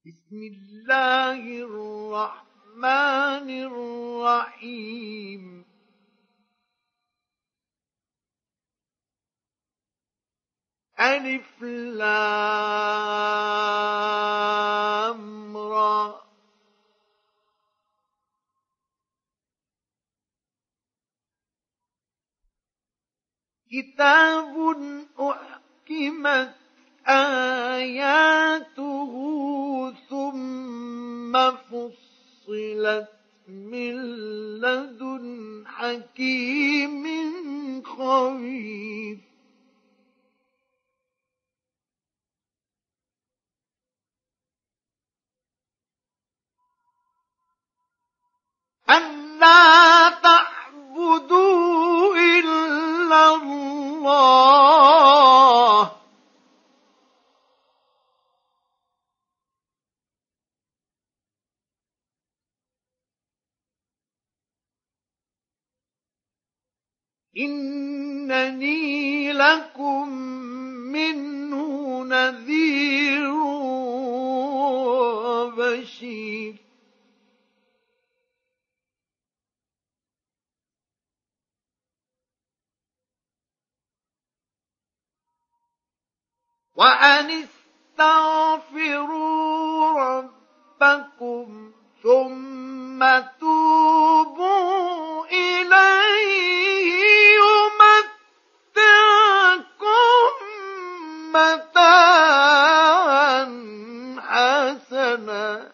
بسم الله الرحمن الرحيم ألف لام را كتاب أحكمت آياته ثم فصلت من لدن حكيم خبير ألا تعبدوا إلا الله إنني لكم منه نذير وبشير وأن استغفروا ربكم ثم توبوا إليه يمتعكم متاعا حسنا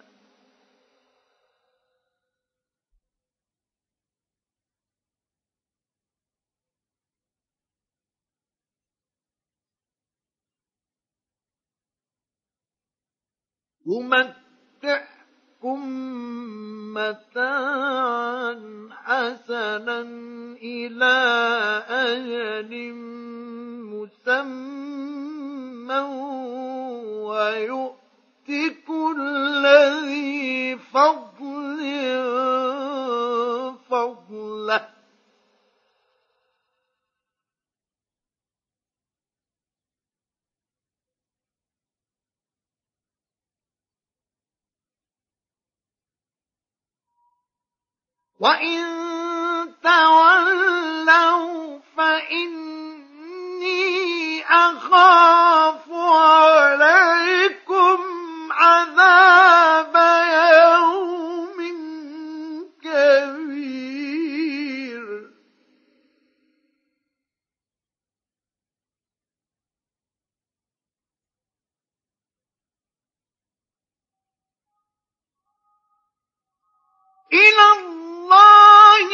إلى أجل مسمى ويؤت كل ذي فضل فضله وإن تولوا فإني أخاف عليكم عذاب يوم كبير إلى الله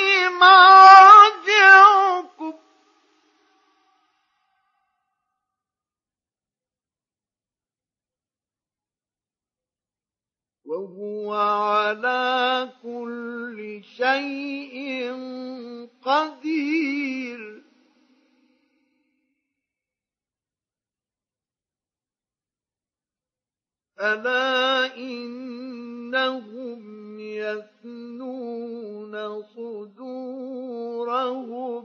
مرجعكم وهو على كل شيء قدير ألا إنهم يثنون صدورهم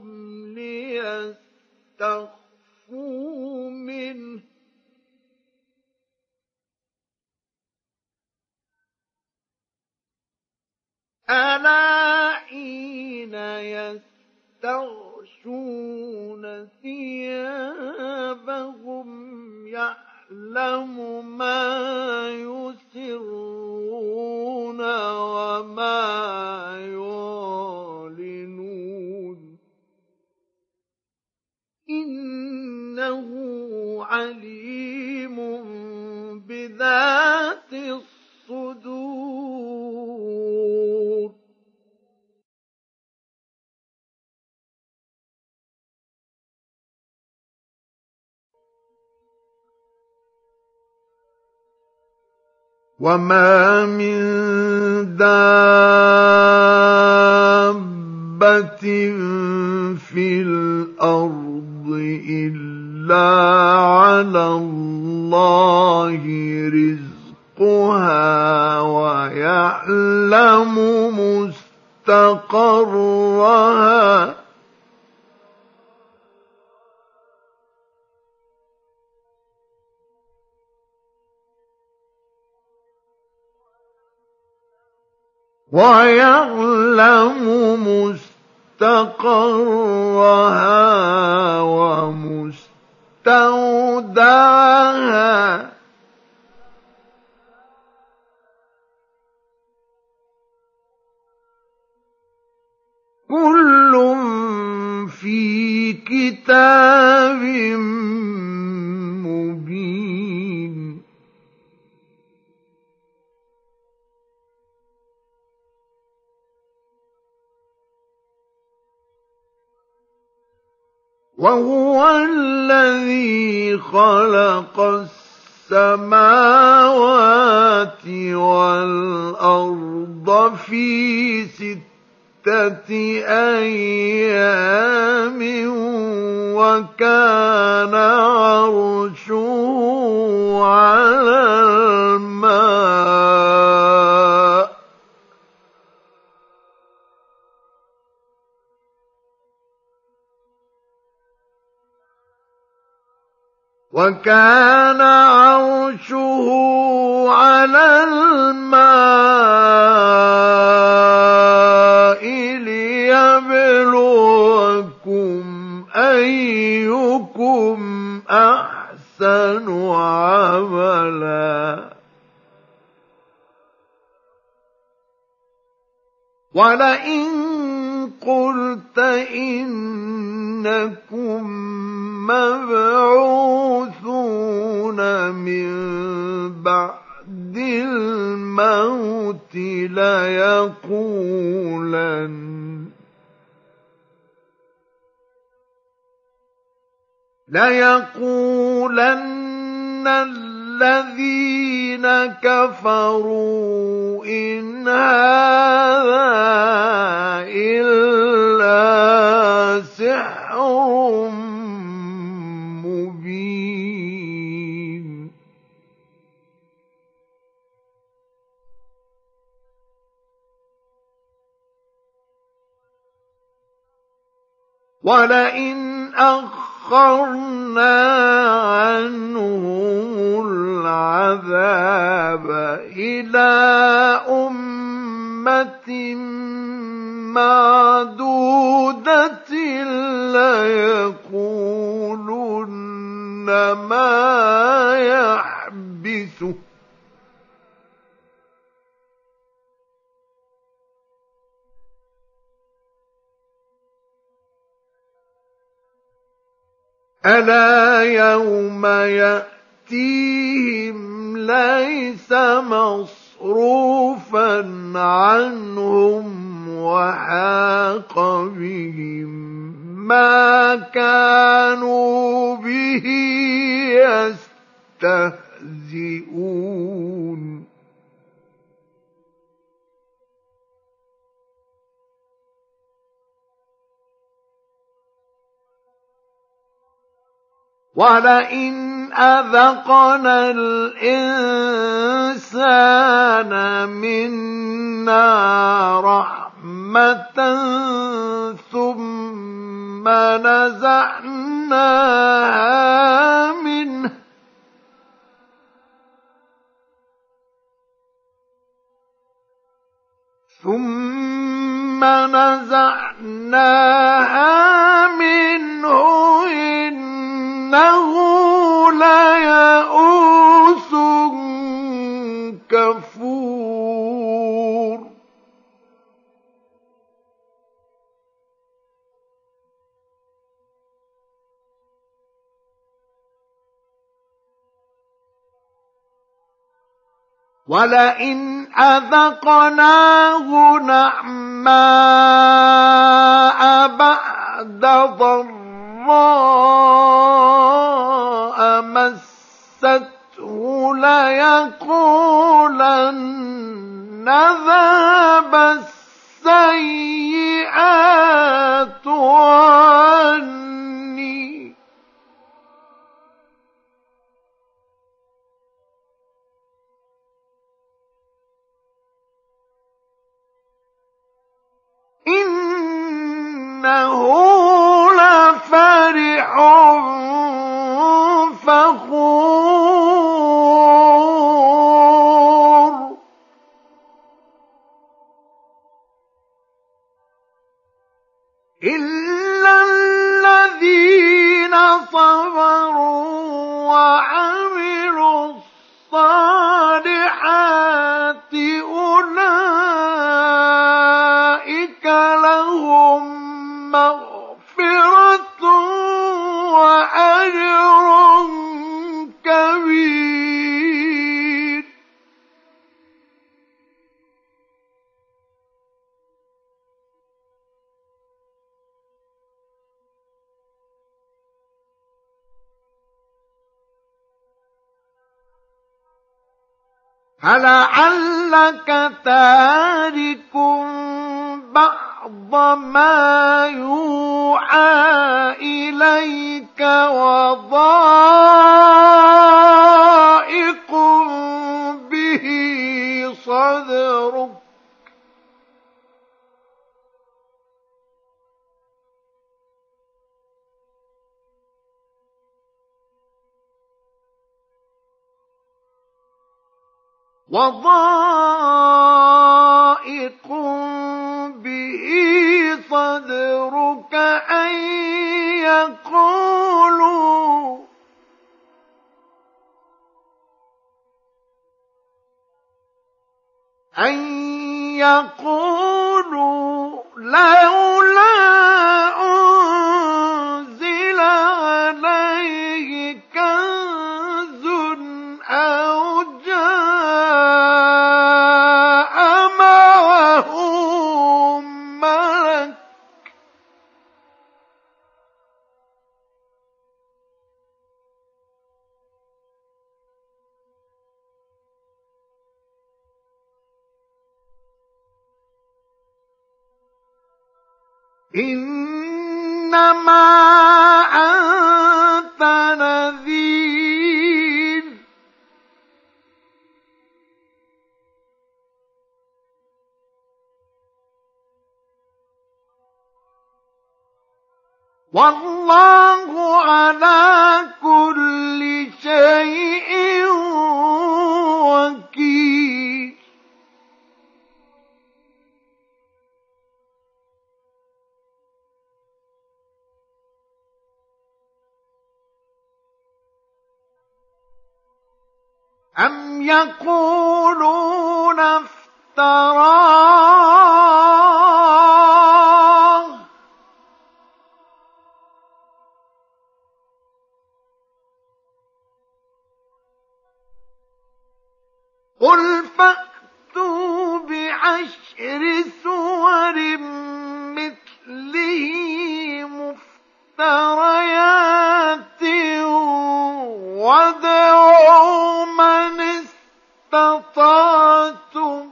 ليستخفوا منه ألا حين يستغشون ثيابهم يعلم ما يسرون وما يعلنون إنه عليم بذات الصدور وما من دابة في الأرض إلا على الله رزقها ويعلم مستقرها ويعلم مستقرها ومستودعها كل في كتاب مبين وهو الذي خلق السماوات والأرض في 6 أيام وكان عرشه على الماء وكان عرشه على الماء ليبلوكم أيكم أحسن عملا ولئن قلت إنكم مبعوثون من بعد الموت ليقولن الذين كفروا إن هذا إلا سحر مبين ولئن أخرنا عنهم العذاب إلى أمة معدودة ليقولن ما يحبسه ألا يوم يأتيهم ليس مصروفا عنهم وحاق بهم ما كانوا به يستهزئون ولئن أذقنا الإنسان منا رحمة ثم نزعناها منه إنه ليئوس كفور ولئن أذقناه نعماء بعد ضراء مسته ليقولن ذهب السيئات عني إنه لفرح فخور صبروا وعملوا الصالحات أولئك لهم مغفرة وأجر كبير. فلعلك تارك بعض ما يوحى إليك وضائق به صدرك أن يقولوا لولا أنزل عليه كنز أو جاء معه ملك إنما أنت نذير والله على كل شيء وكيل. أم يقولون افتراه قل فأتوا بعشر سور مثله مفتريات وادعوا من استطعتم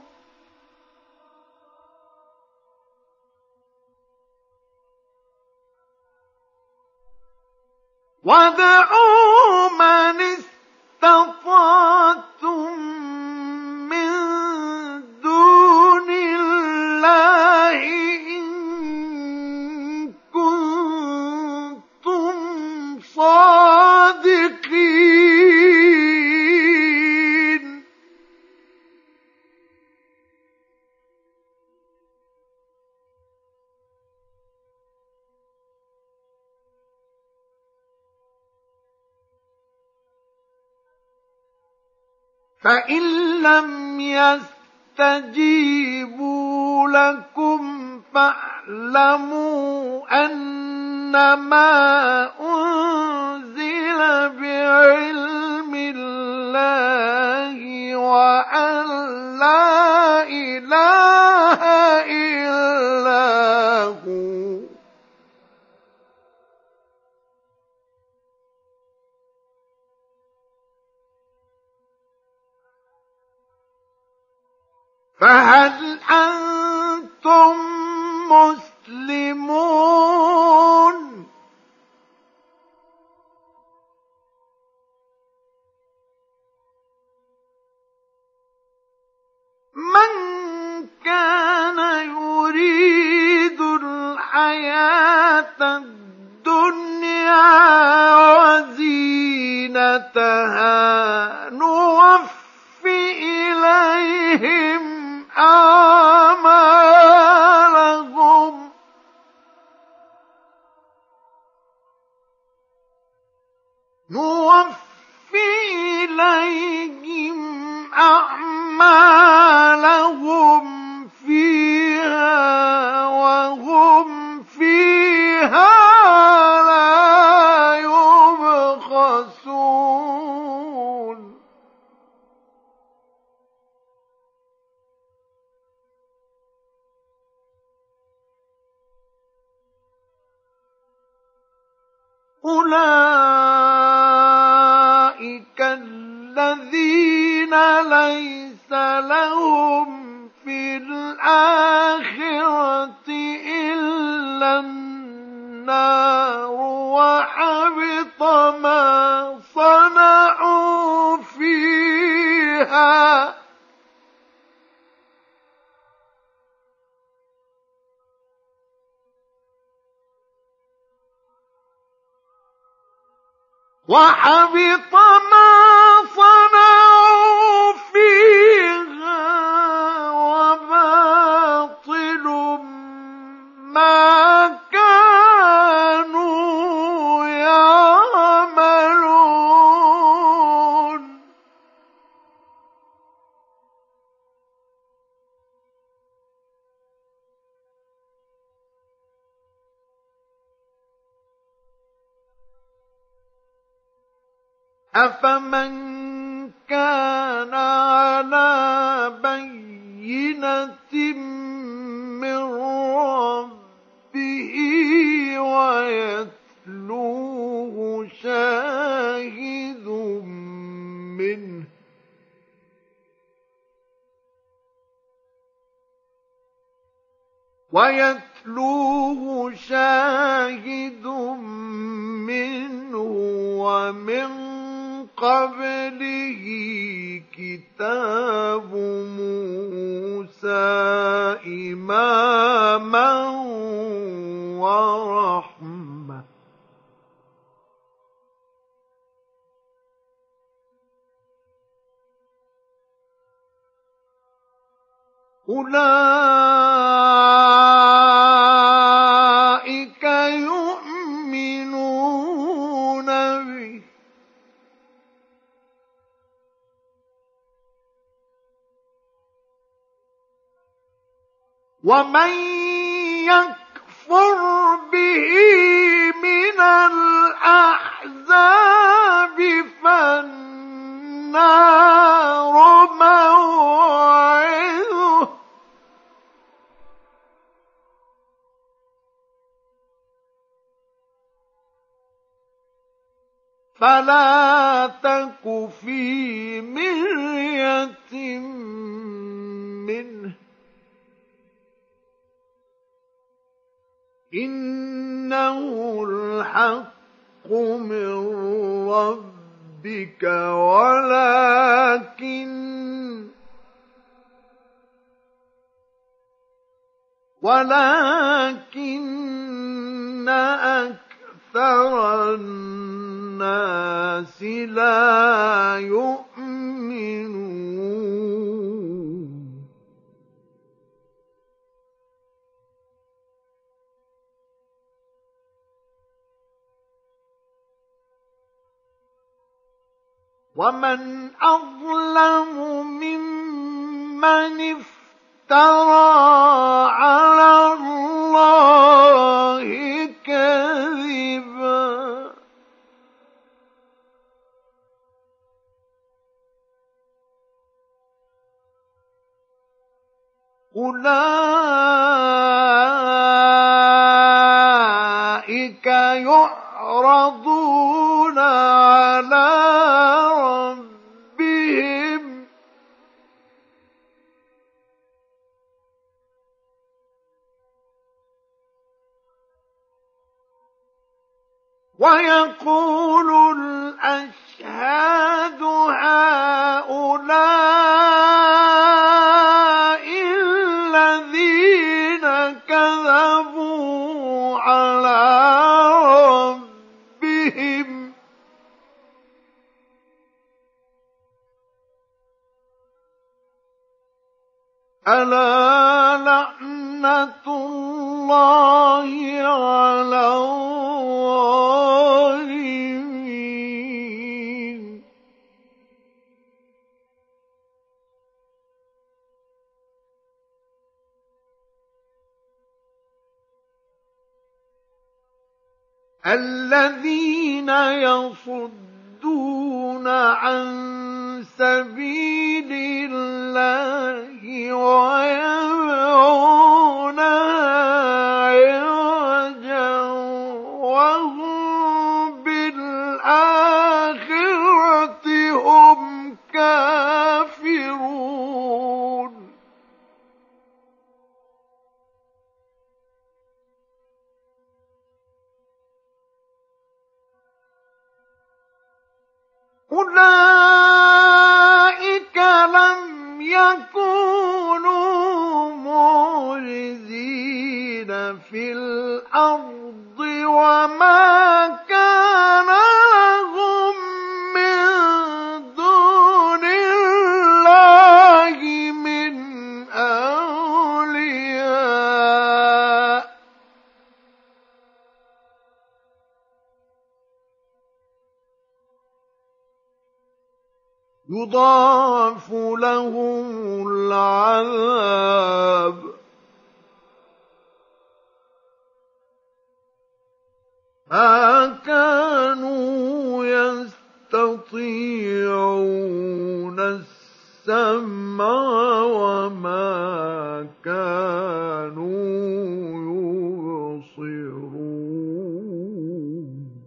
من دون الله إن كنتم صادقين. فإن لم يستجيبوا لكم فاعلموا أنما أنزل بعلم الله وأن لا إله إلا هو. فهل أنتم مسلمون؟ من كان يريد الحياة الدنيا وزينتها نوفِ إليهم أعمالهم نوفي إليهم أعمالهم فيها وهم فيها لا يبخسون أولئك الذين ليس لهم في الآخرة إلا النار وحبط ما صنعوا فيها وحبط ما صنعوا فيها وباطل ما كانوا يعملون أفمن كان على بينة من ربه ويتلوه شاهد منه ومن قبله كتاب موسى إماما ورحمة أولئك يؤمنون به ومن يكفر به من الأحزاب فالنار موعده فلا تك في مرية منه إنه الحق من ربك ولكن أكثر الناس لا يؤمنون ومن أظلم ممن افترى على الله كذبا أولئك يعرضون على ربهم ويقول الأشهاد هؤلاء الذين كذبوا على ربهم ألا لعنة الله على الظالمين الذين يصدون عن سبيل الله ويبغونها عوجا وهم بالآخرة هم كافرون أولئك لم يكونوا معجزين في الأرض وما كان لهم من دون الله من أولياء يضاعف لهم العذاب ما كانوا يستطيعون السمع وما كانوا يبصرون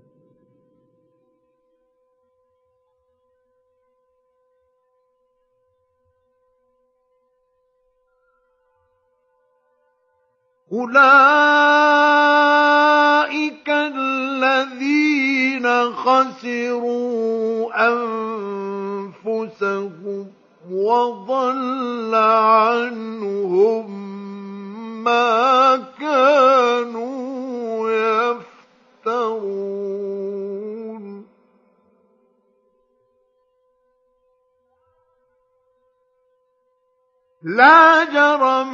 أولئك الذين خسروا أنفسهم وضل عنهم ما كانوا يفترون لا جرم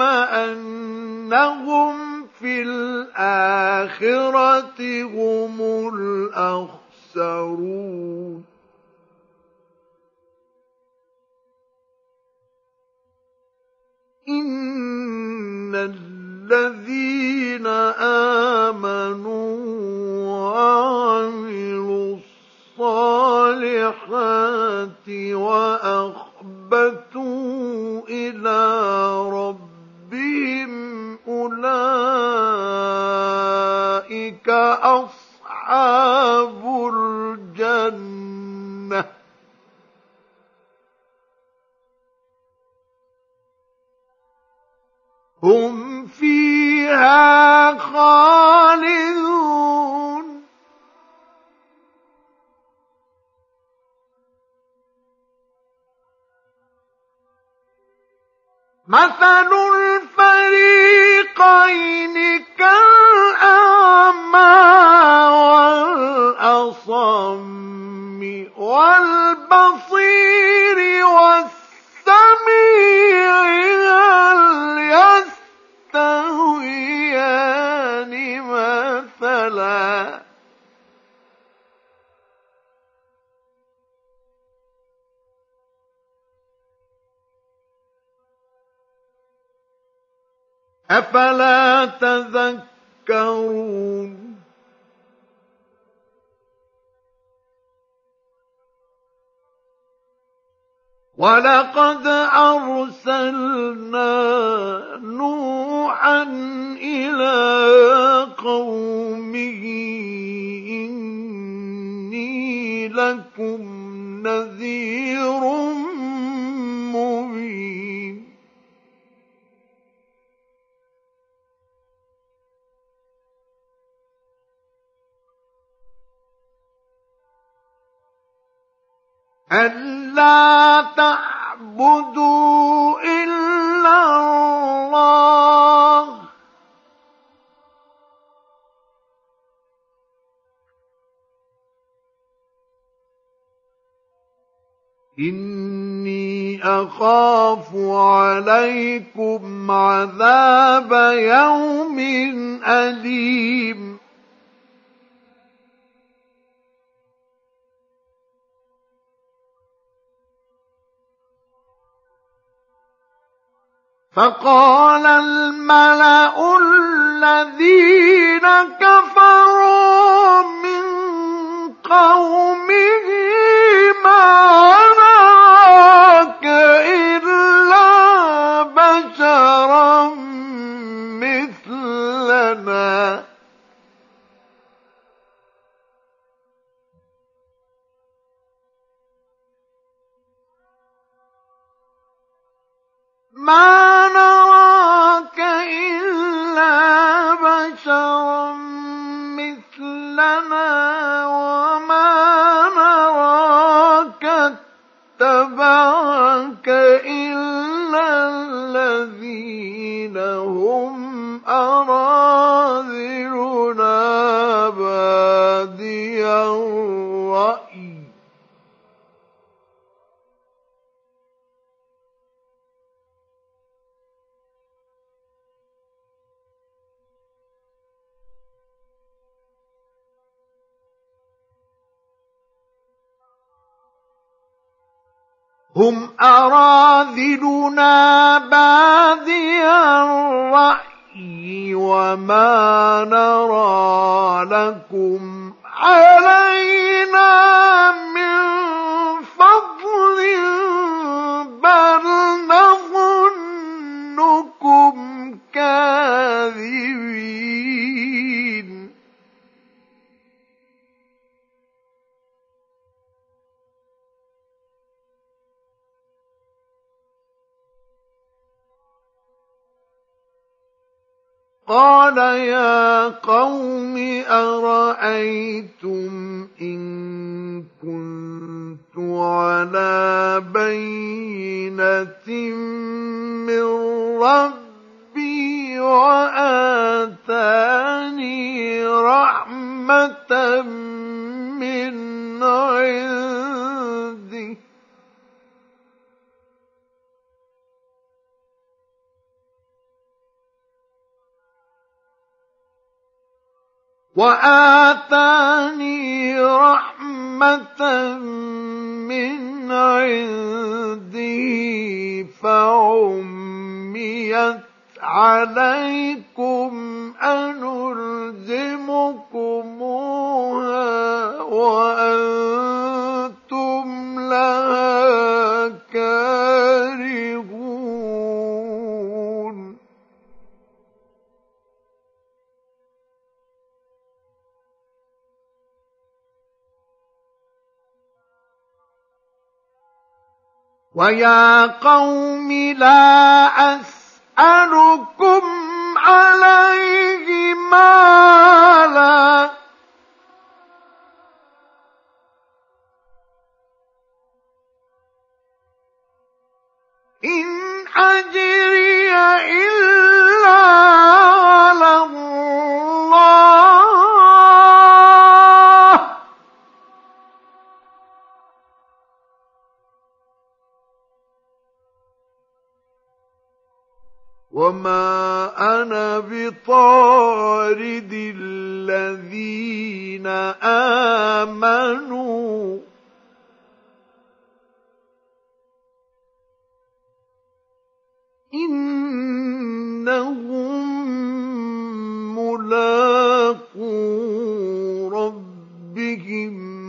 أنهم في الآخرة هم الأخسرون إن الذين آمنوا وعملوا الصالحات وأخبتوا إلى ربهم أولئك أصحاب الجنة هم فيها خالدون مثل الفريقين كالأعمى والأصم والبصير والسميع هل يستويان مثلا أفلا تذكرون ولقد أرسلنا نوحا إلى قومه إني لكم نذير مبين ألا تعبدوا إلا الله إني أخاف عليكم عذاب يوم أليم فقال الملأ الذين كفروا قومه ما نراك إلا بشرا مثلنا وما نراك اتبعك إلا الذين هم أراذلنا بادي الرأي هم أراذلنا بادي الرأي وما نرى لكم علينا من فضل بل نظنكم كاذبين قال يا قوم أرأيتم إن كنت على بينة من ربي وآتاني رحمة من عنده فعميت عليكم أنلزمكموها وأنتم لها كارهون ويا قوم لا أسألكم عليه مالا إن أجري إلا على الله وما أنا بطارد الذين آمنوا إنهم ملاقو ربهم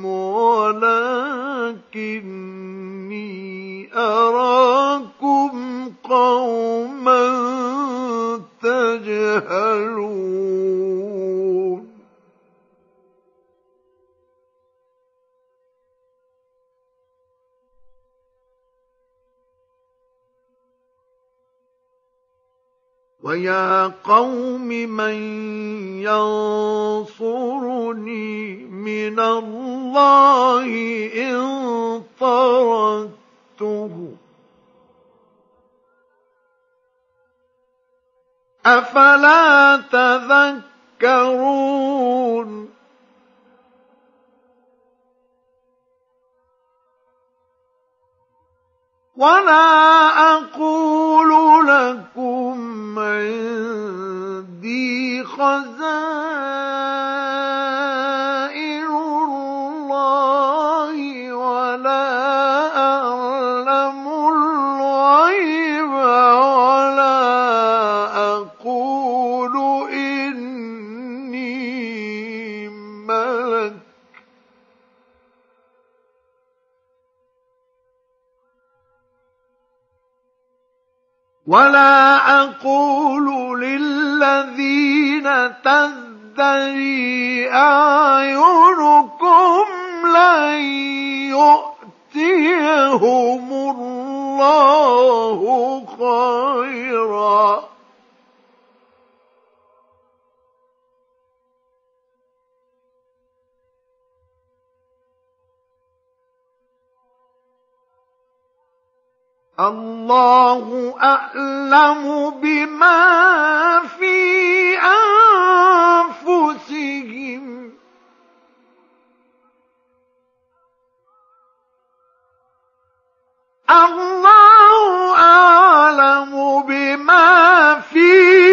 ولكني أراكم قوما تجهلون ويا قوم من ينصرني من الله إن طردته أفلا تذكرون ولا أقول لكم عندي خزائن الله ولا أعلم الغيب ولا أقول إني ملك ولا أقول للذين تزدري أعينكم لن يؤتيهم الله خيرا الله أعلم بما في أنفسهم الله أعلم بما في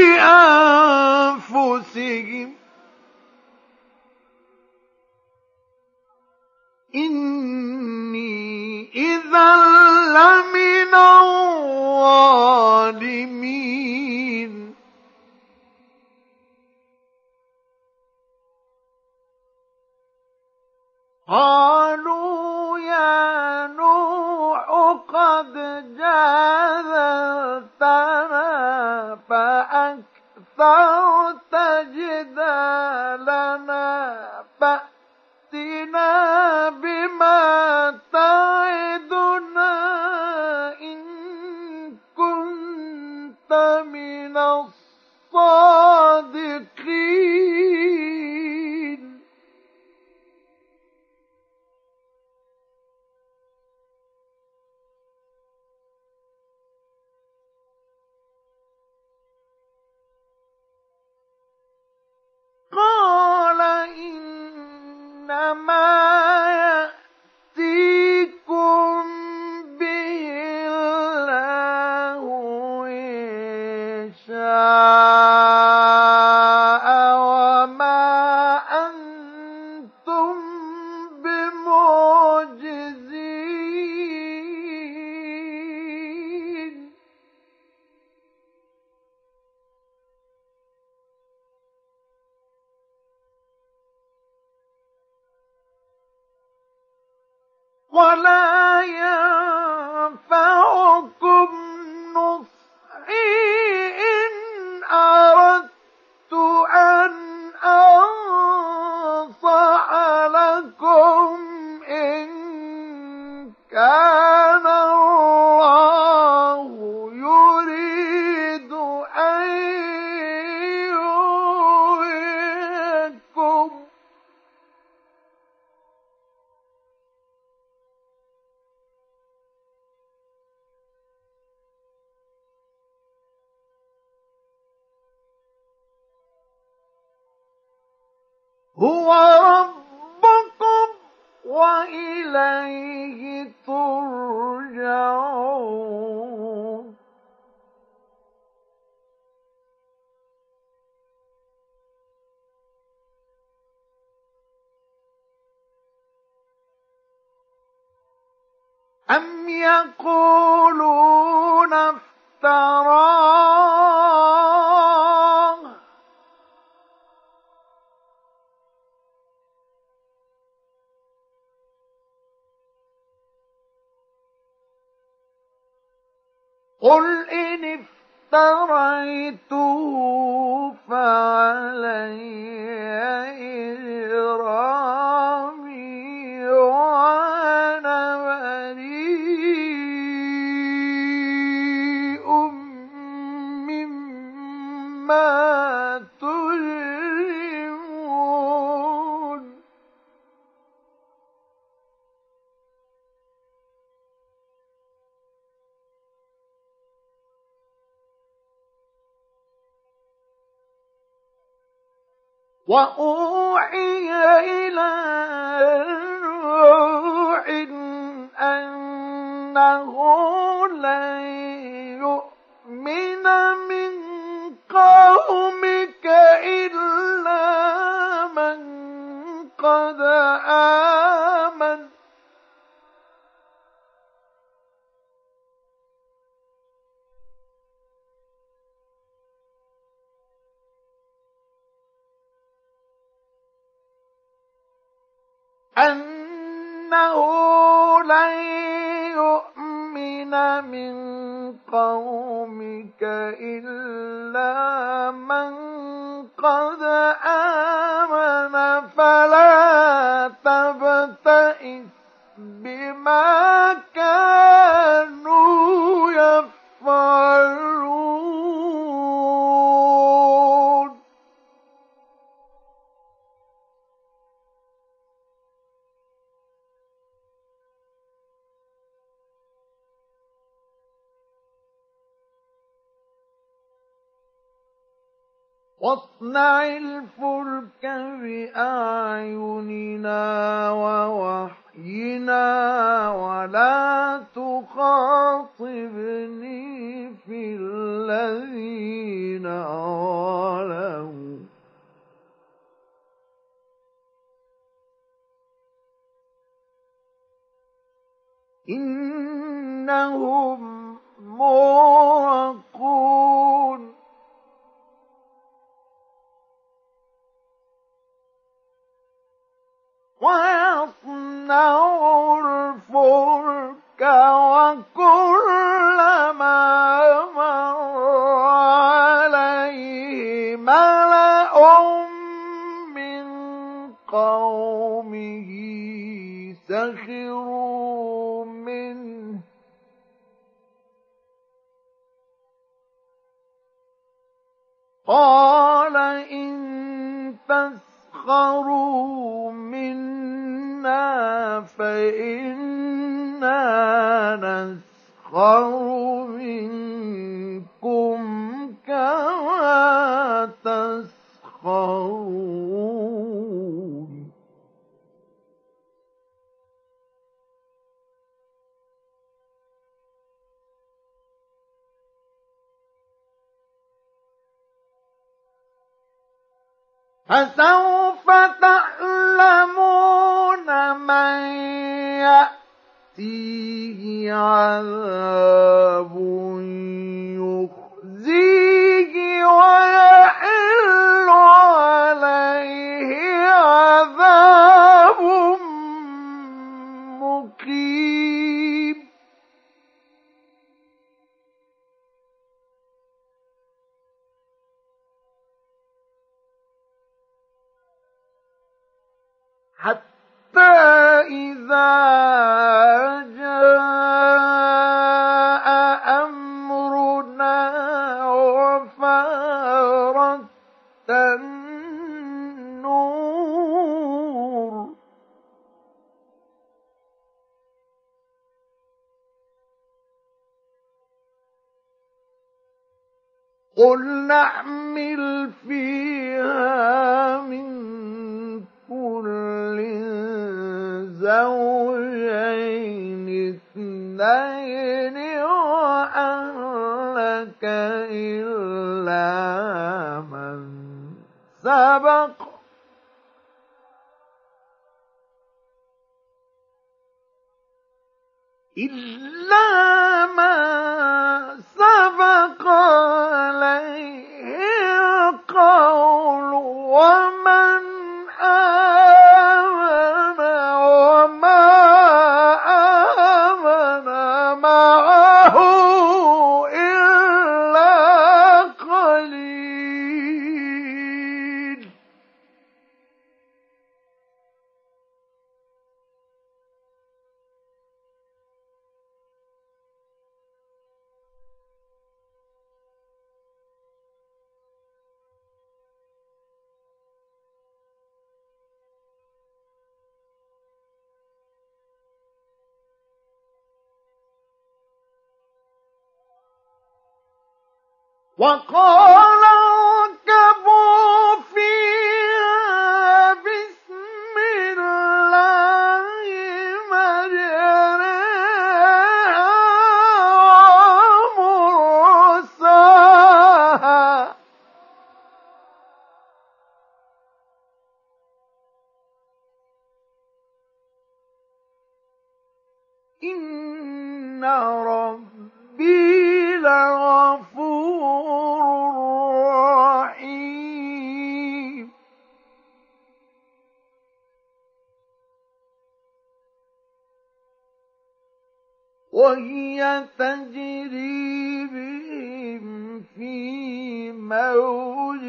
أنفسهم إني إذا لمن الظالمين قالوا يا نوح قد جادلتنا فأكثرت جدالنا فأتنا بما تعدنا إن كنت من الصادقين قال إنما يأتيكم به الله إن شاء وما أنتم بمعجزين ولا ينفعكم نصحي إن أردت أن أنصح لكم إن كان الله يريد أن يغويكم هو ربكم وإليه ترجعون أم يقولون افتراه قل إن افتريته فعلي إجرامي وأنا بريء مما تجرمون وأوحي إلى نوح أنه لن يؤمن من قومك إلا من قد آمن أنه لن يؤمن من قومك إلا من قد آمن فلا تبتئس بما كانوا يفعلون واصنع الفلك بأعيننا ووحينا ولا تخاطبني في الذين ظلموا إنهم مغرقون ويصنع الفلك وكلما مر عليه ملأ من قومه سخروا منه قال إن تسخروا منا فإنا نسخر منكم كما تسخرون فسوف تعلمون من يأتيه عذاب يخزيه ويحل عليه عذاب مقيم حتى إذا جاء أمرنا وفارت النور قل نحمل فيها من كل زوجين اثنين وأهلك إلا من سبق عليه القول ومن آمن وما آمن معه إلا قليل وقال اركبوا فيها بسم الله مجريها ومرساها إن ربي لغفور رحيم وهي تجري بهم في موج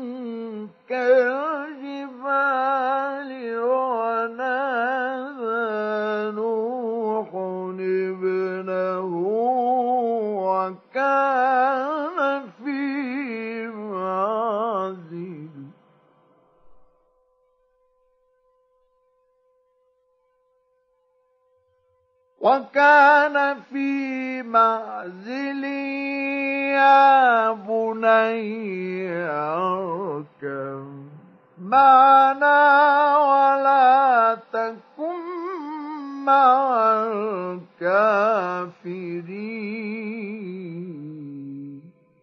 كالجبال ونادى نوح ابنه وكان في معزل يا بني اركب معنا ولا تكن مع الكافرين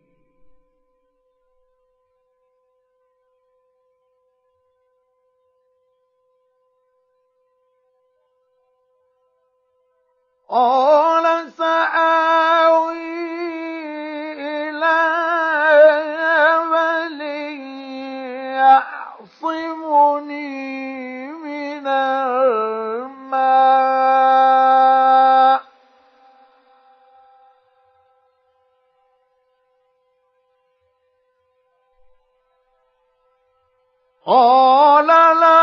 قال سآوي إلى جبل يعصمني من الماء قال لا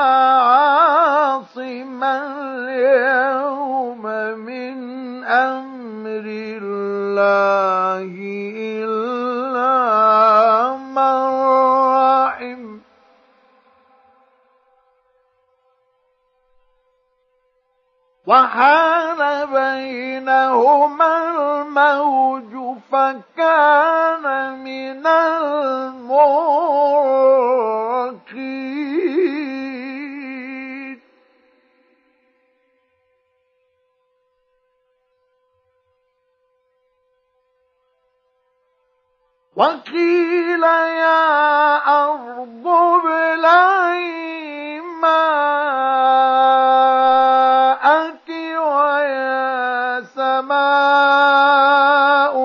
عاصم اليوم من أمر الله إلا من رحم وحال بينهما الموج فكان من المغرقين وقيل يا أرض ابلعي ماءك ويا سماء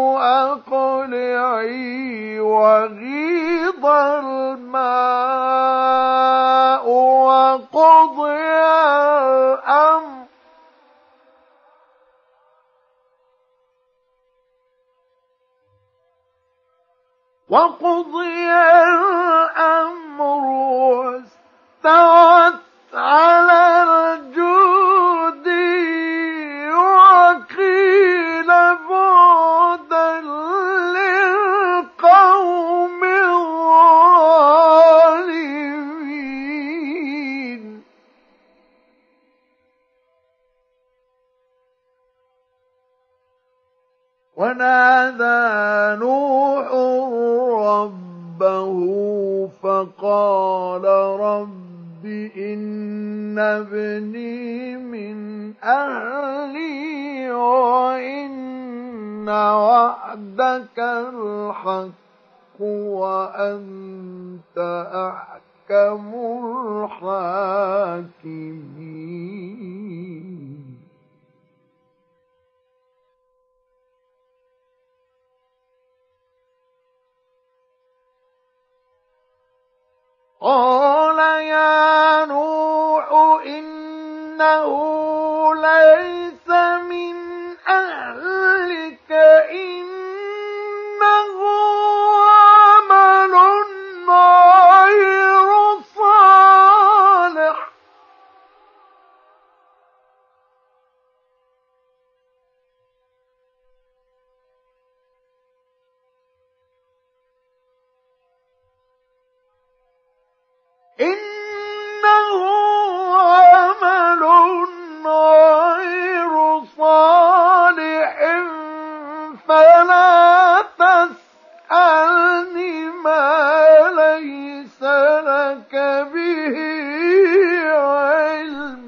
أقلعي وغيض الماء وقضي الأمر واستوت على الجود وقيل بعدا للقوم الظالمين ونادى نوح ربه فقال رب إن ابني من أهلي وإن وعدك الحق وأنت أحكم الحاكمين قال يا نوح إنه ليس من أهلك إنه عمل غير صالح إنه عمل غير صالح فلا تسألني ما ليس لك به علم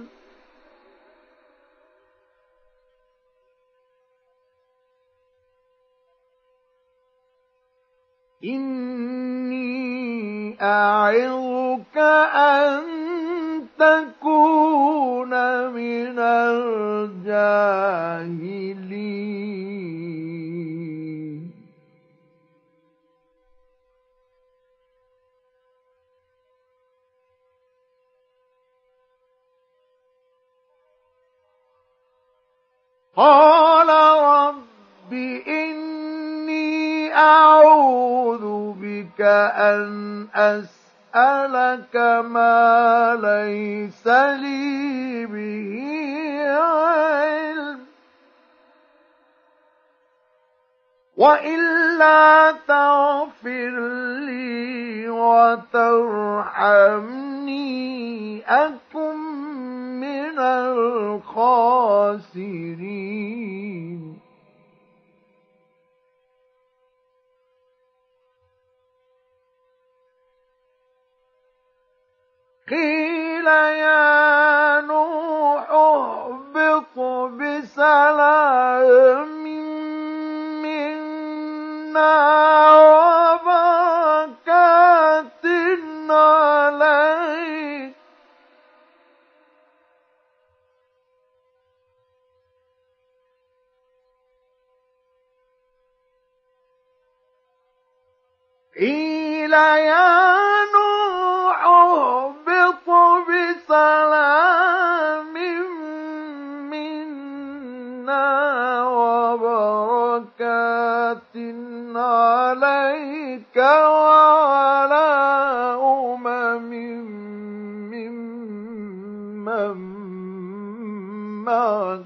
إني أعظك أن تكون من الجاهلين قال أن أسألك ما ليس لي به علم، وإلا تغفر لي وترحمني أكن من الخاسرين. قيل يا نوح اهبط بسلام منا وبركات عليك، قيل يا نوح اهبط بسلام منا وبركات عليك وعلى ممن معك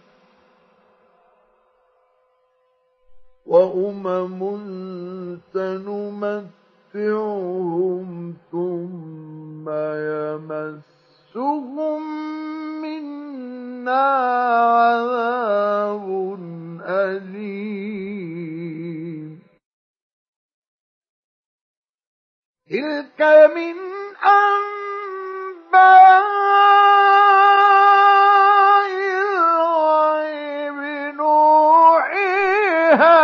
سنمتعهم ثم يمسهم منا عذاب أليم. تلك من أنباء الغيب نوحيها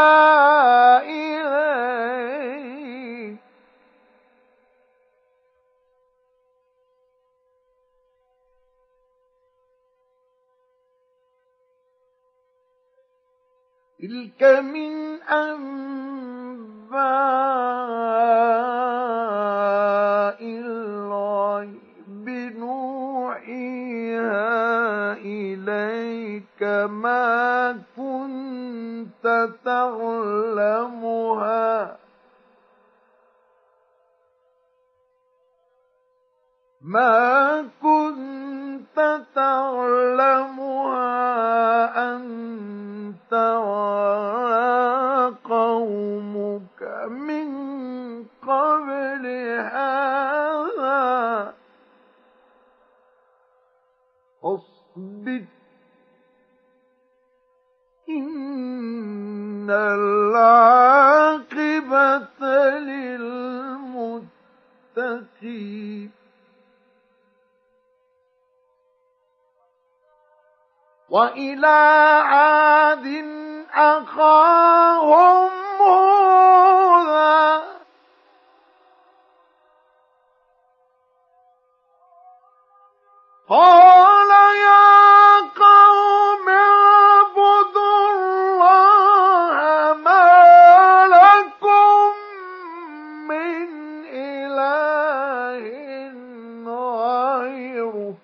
إليك، تلك من أنباء الغيب نوحيها إليك ما كنت تعلمها أنت ولا قومك من قبل هذا فاصبر إن العاقبة للمتقين. وإلى عاد أخاهم هودا قال يا قوم اعبدوا الله ما لكم من إله غيره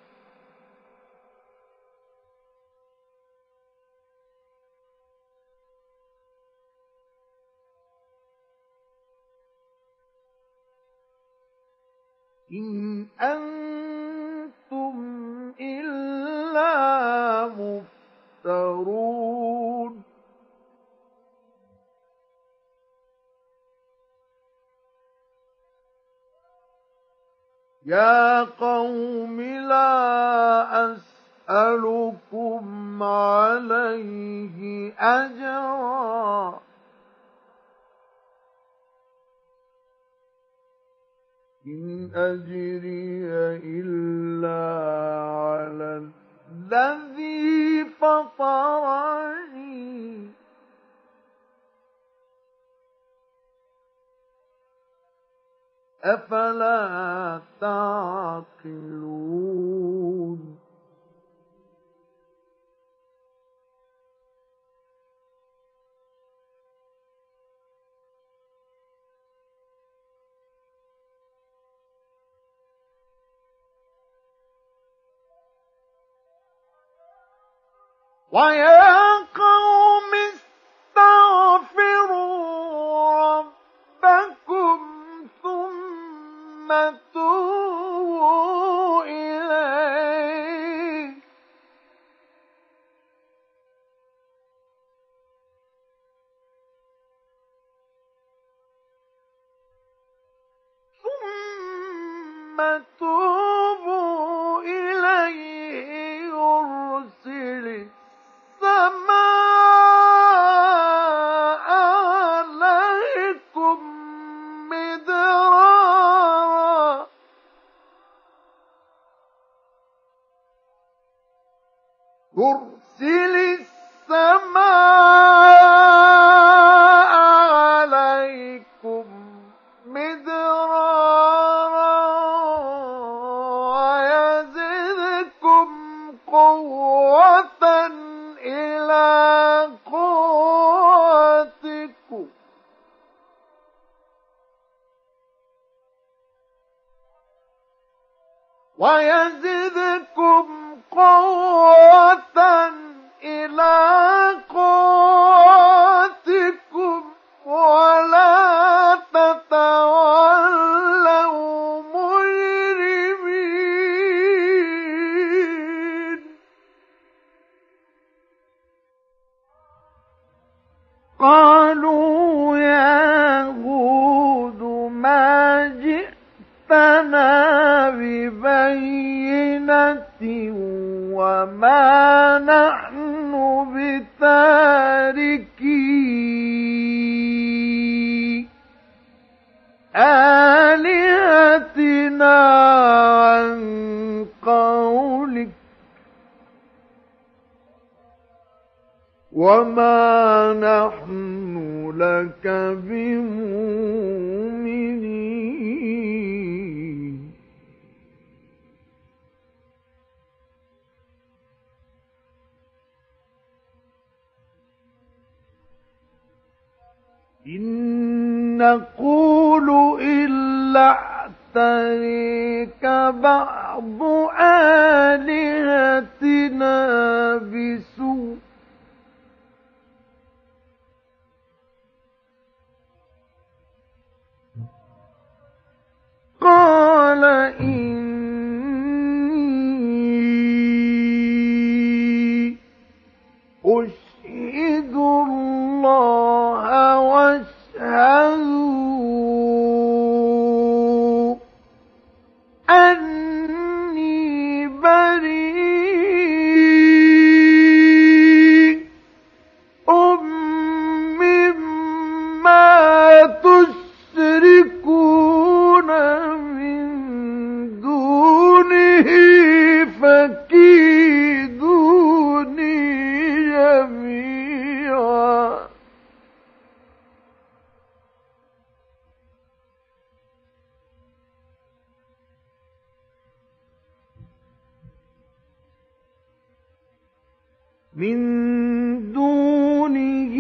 إن أنتم إلا مفترون. يا قوم لا أسألكم عليه أجرا إن أجري إلا على الذي فطرني أفلا تعقلون. ويا قوم استغفروا ربكم ثم توبوا إليه يرسل السماء عليكم مدرارا يرسل السماء عليكم مدرارا ويزدكم قوة إلى قوتكم ولا تتولوا مجرمين قالوا يا هود ما جئتنا ببينة وما نحن بتاركي آلهتنا عن قولك وما نحن لك بمؤمنين إن نقول إلا اعتريك بعض آلهتنا بسوء قال إني أشهد الله واشهدوا أني بريء مما تشركون من دونه فكيدوني جميعا من دونه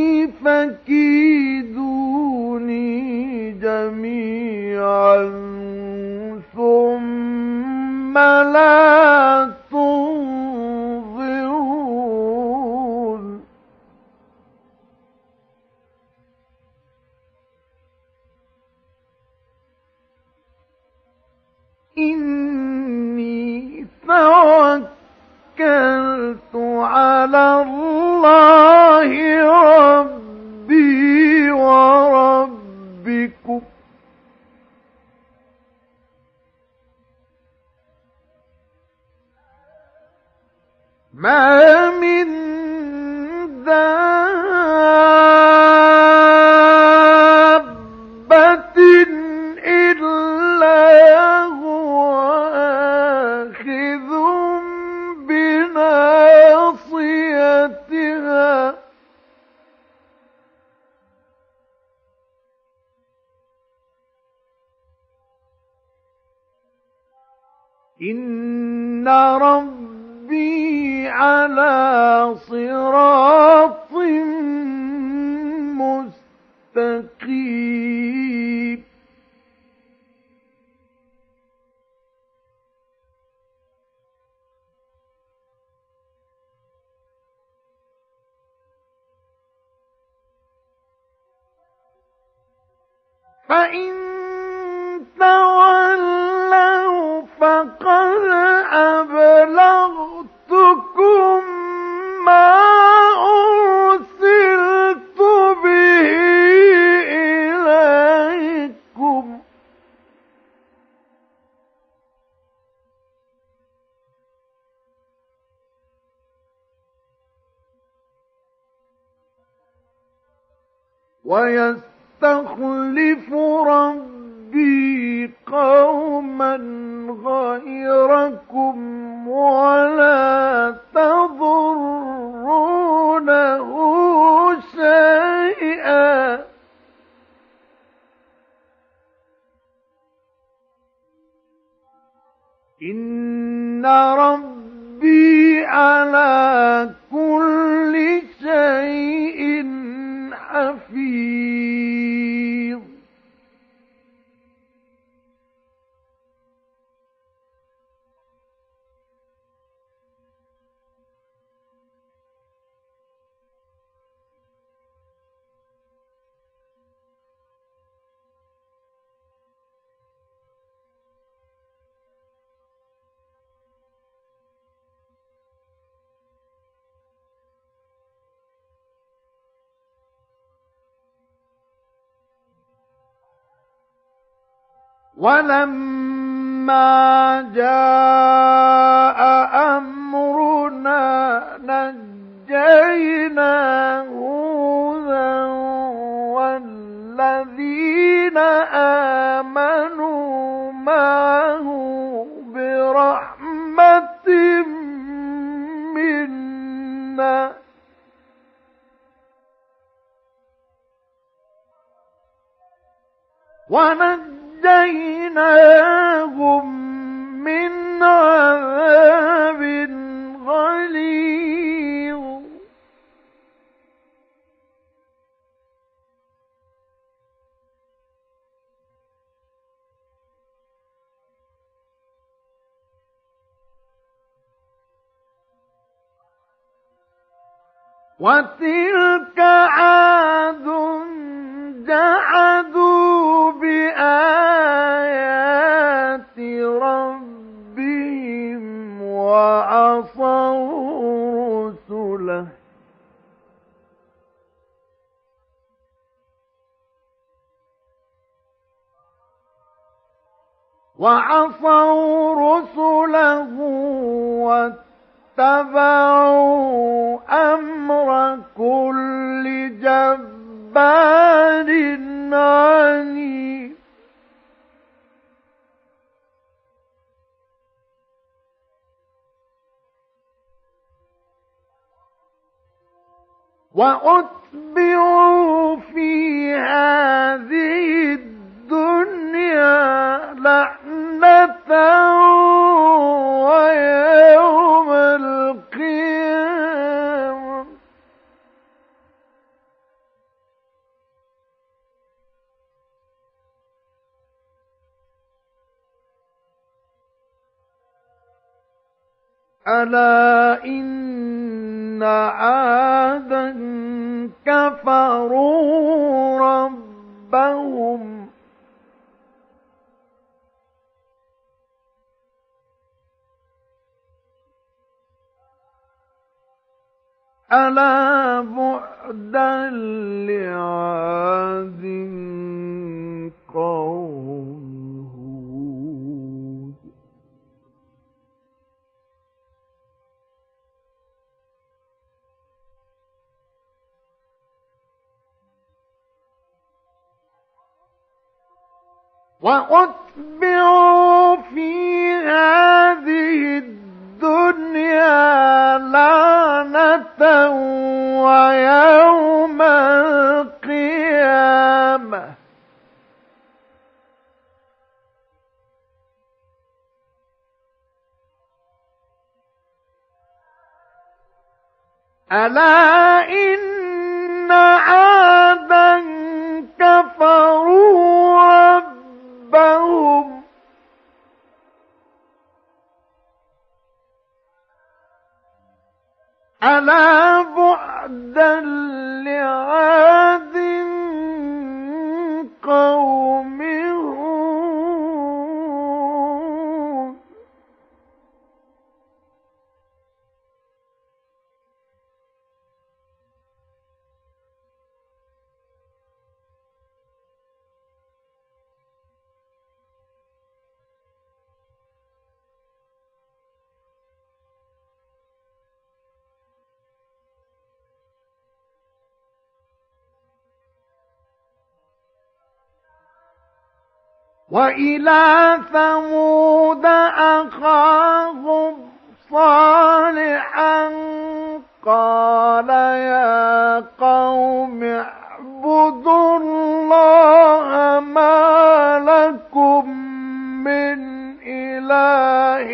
فكيدوني جميعا ثم لا تنظرون إني توكلت على الله ربي وربكم ما من دابة إلا هو آخذ بناصيتها إن ربي على صراط مستقيم فإن تولوا فقد أبلغتكم ما أرسلت به إليكم ويستخلف ربي قوما غيركم ولا تضرونه شيئا إن ربي على كل شيء حفيظ. ولما جاء أمرنا نجينا هودا والذين آمنوا معه برحمة منا ونجيناهم من عذاب غليظ. وتلك عاد جحدوا بآيات ربهم وعصوا رسله واتبعوا أمر كل جبار عنيد. وأتبعوا في هذه الدنيا لعنة ويوم القيامة ألا إن عادا كفروا ربهم ألا بعدا لعاد قوم هود. وأتبعوا في هذه الدنيا لعنة ويوم القيامة ألا إن عادا كفروا ربهم ألا بعدا لعاد قوم هود. وإلى ثمود أخاهم صالحا قال يا قوم اعبدوا الله ما لكم من إله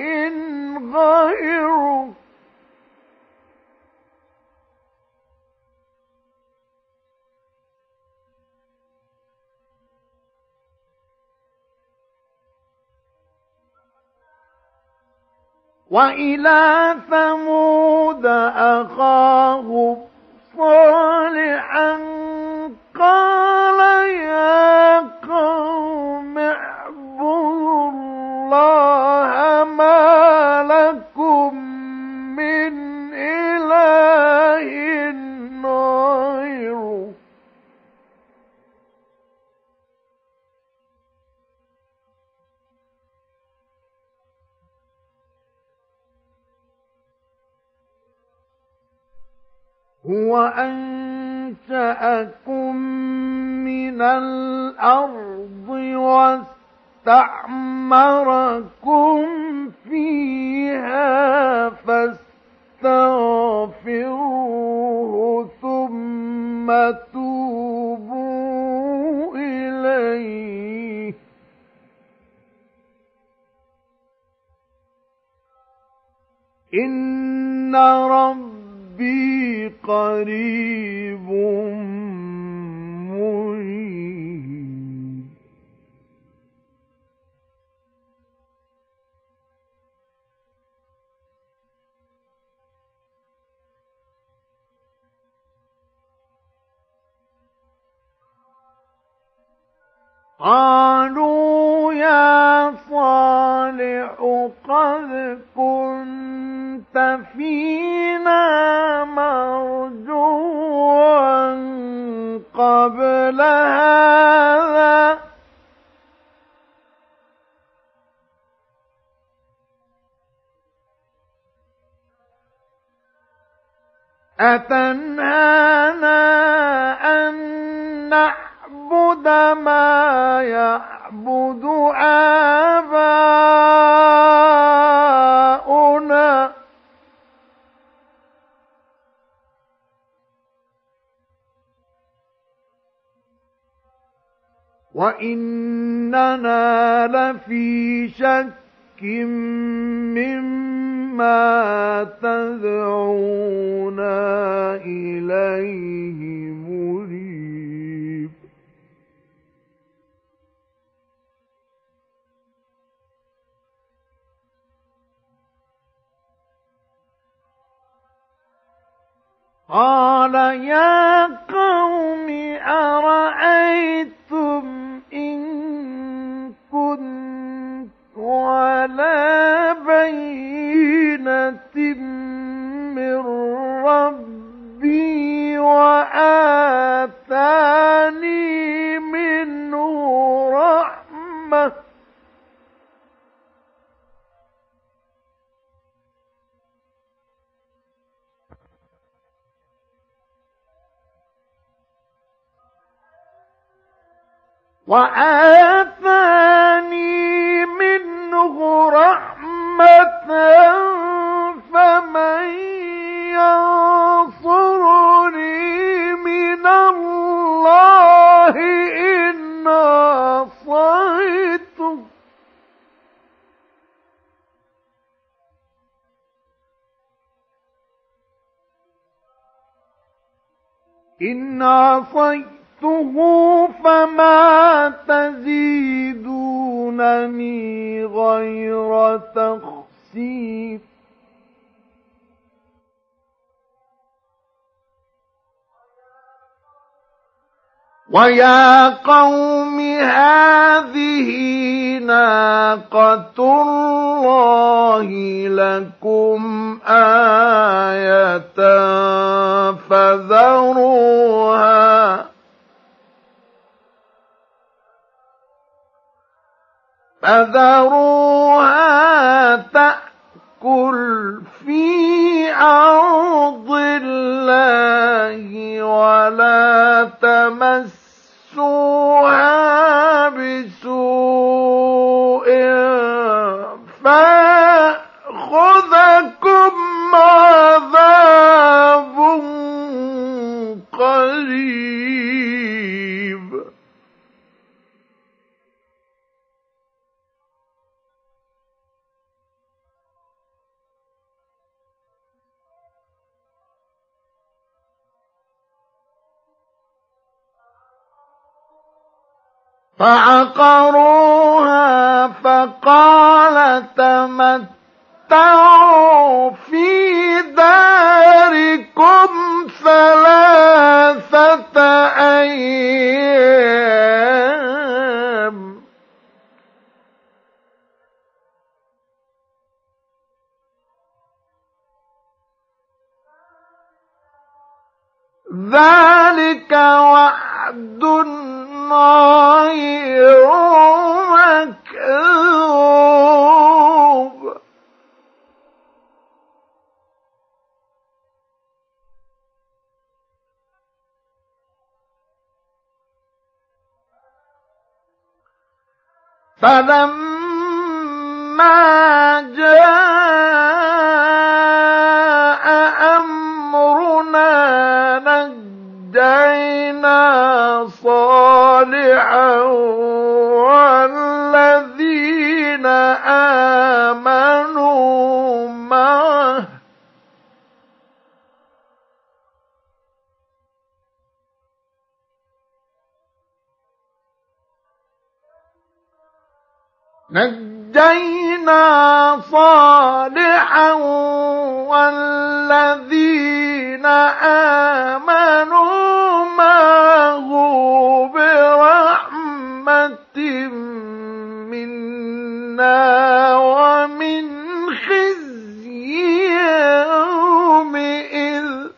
غيره وإلى ثمود أخاهم صالحا قال يا قوم اعبدوا الله ما لكم من إله غيره هو أنشأكم من الأرض واستعمركم فيها فاستغفروه ثم توبوا إليه إن ربي قريب مجيب قالوا يا صالح قد كنت فينا مرجوا قبل هذا أتنهانا أن نعبد ما يعبد آباؤنا وإننا لفي شك مما تدعونا إليه مريب قال يا قوم أرأيتم إن كنت على بينة من ربي وآتاني منه رحمة فمن ينصرني من الله إن عصيته فما تزيدونني غير تخسير ويا قوم هذه ناقة الله لكم آية فذروها تأكل في أرض الله ولا تمسوها بسوء فعقروها فقال تمتعوا في داركم 3 أيام ذلك وعد غير مكذوب فلما جاء أمرنا نجينا صالحا والذين آمنوا معه والذين آمنوا معه برحمة منا ومن خزي يومئذ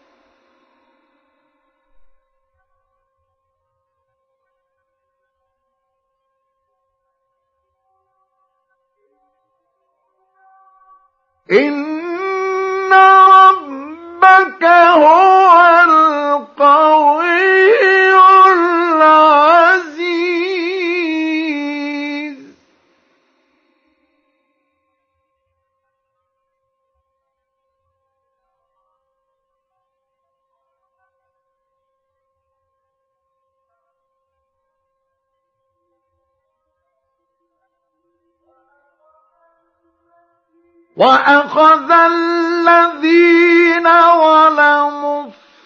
إن ربك هو القوي العزيز وأخذ الذين ظلموا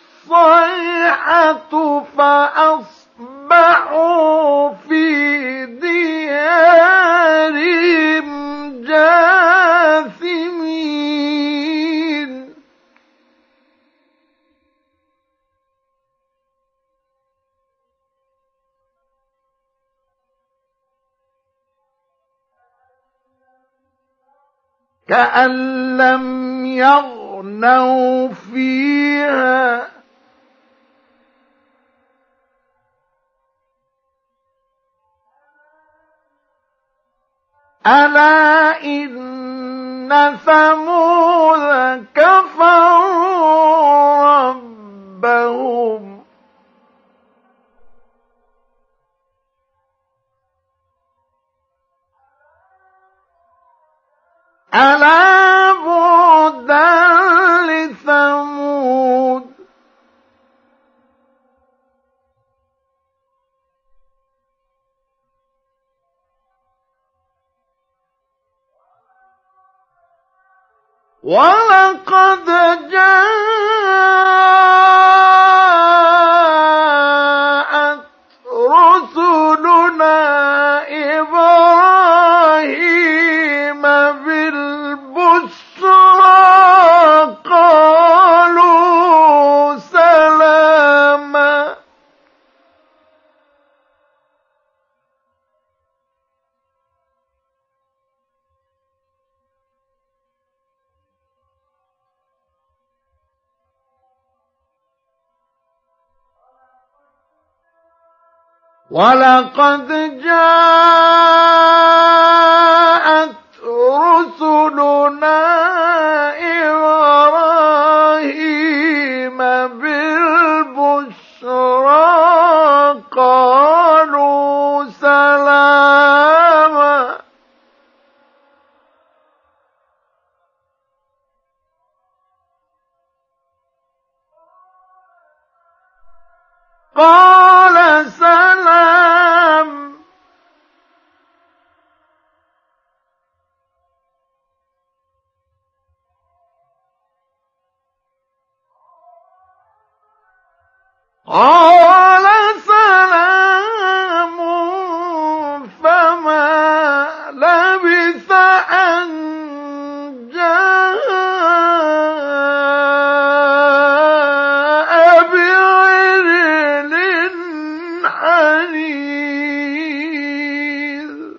الصيحة فأصبحوا في ديارهم جاثمين كأن لم يغنوا فيها ألا إن ثمود كفروا ربهم ألا بعدا لثمود ولقد جاءت رسلنا إبراهيم بالبشرى قالوا سلاما ولقد جاءت رسلنا إبراهيم بالبشرى قالوا سلاما قال سلام قال سلام مريض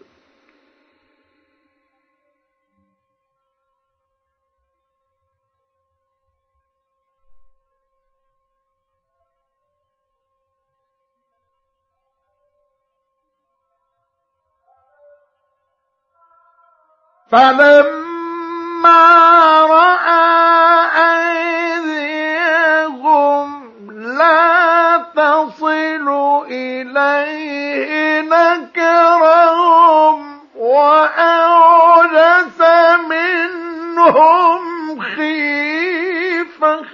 فلما رأى أيديهم لا تصل إليه نكرهم وأوجس منهم خيفة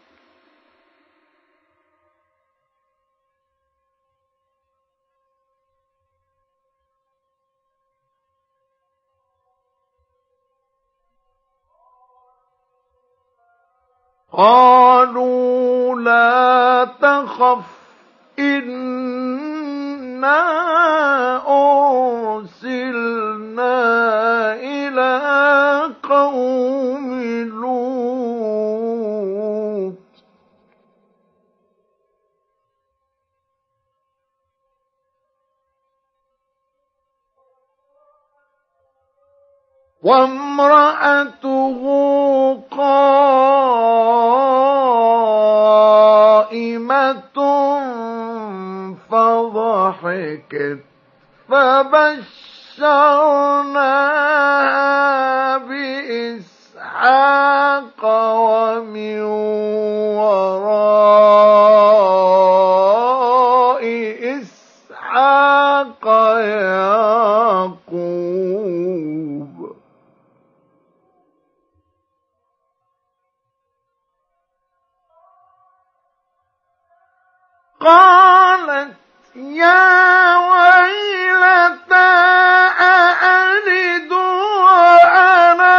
قالوا لا تخف إنا أرسلنا إلى قوم لوط وامرأته قائمة فضحكت فبشرناها بإسحاق ومن وراء إسحاق يعقوب قالت يا ويلتى أألد وأنا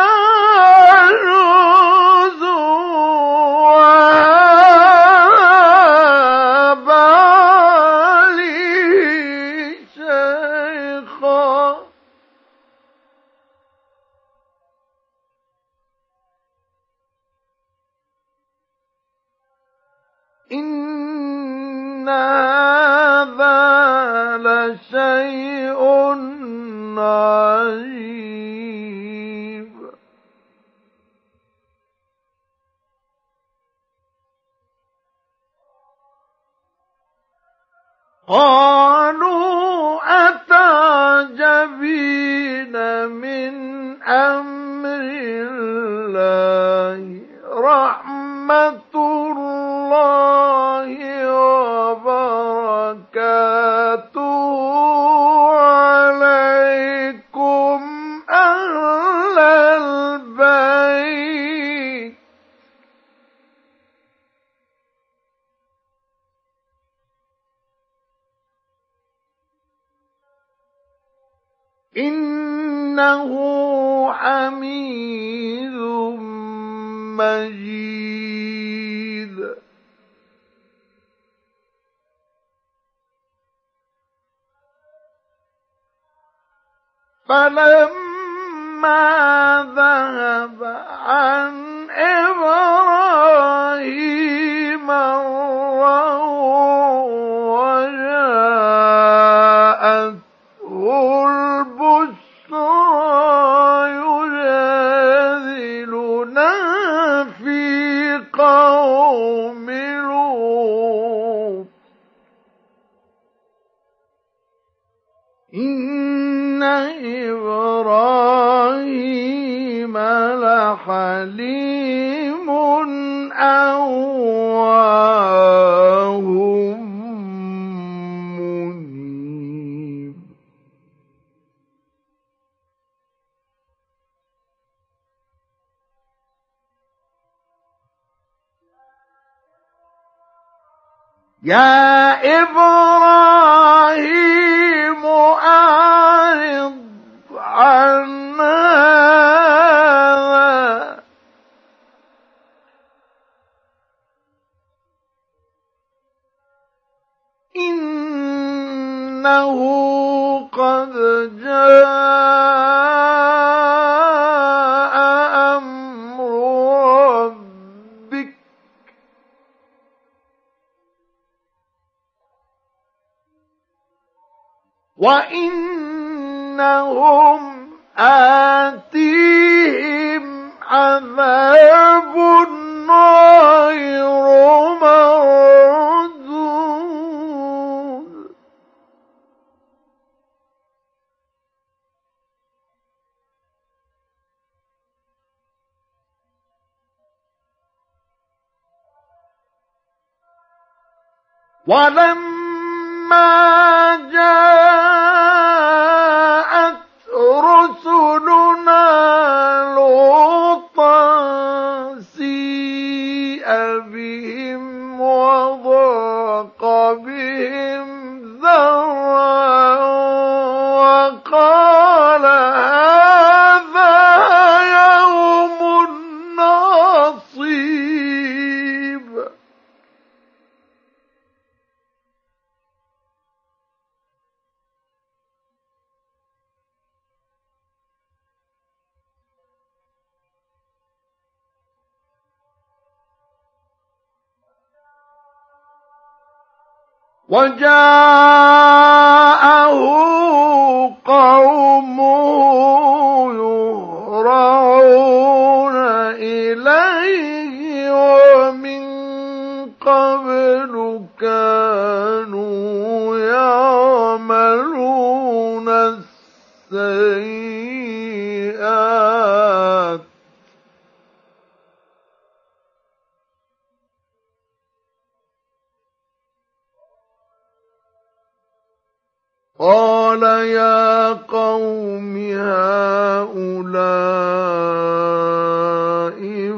عجوز وهذا بعلي شيخا إن هذا لشيء عجيب قالوا أتعجبين من أمر الله رحمة الله وبركاته عليكم أهل البيت إنه حميد مجيد فلما ذهب عن إبراهيم الروع وجاءته البشرى يجادلنا في قوم لوط إن إبراهيم لحليم أواه منيب يا إبراهيم أعرض عن هذا إنه قد جاء أمر ربك وإنهم آتيهم عذاب غير مردود ولما جاءت رسلنا لوطا سيء بهم وضاق بهم ذرعا وقال هذا يوم عصيب وجاءه قومه يهرعون إليه ومن قبل كانوا يعملون السيئات قال يا قوم هؤلاء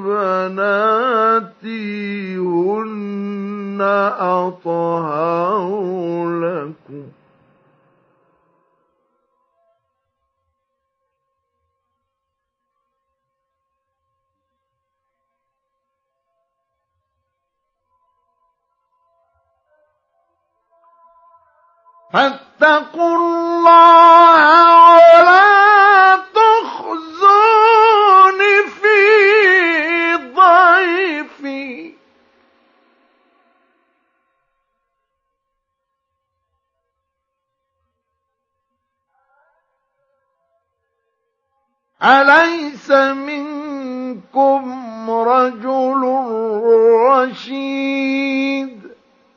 بناتي هن أطهر لكم فاتقوا الله ولا تخزون في ضيفي أليس منكم رجل رشيد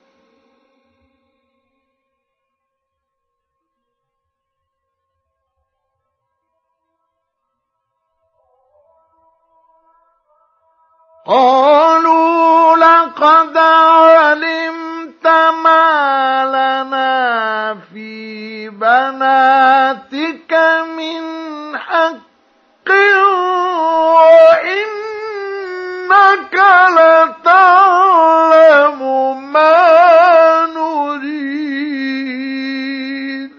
قالوا لقد علمت ما لنا في بناتك من حق وإنك لتعلم ما نريد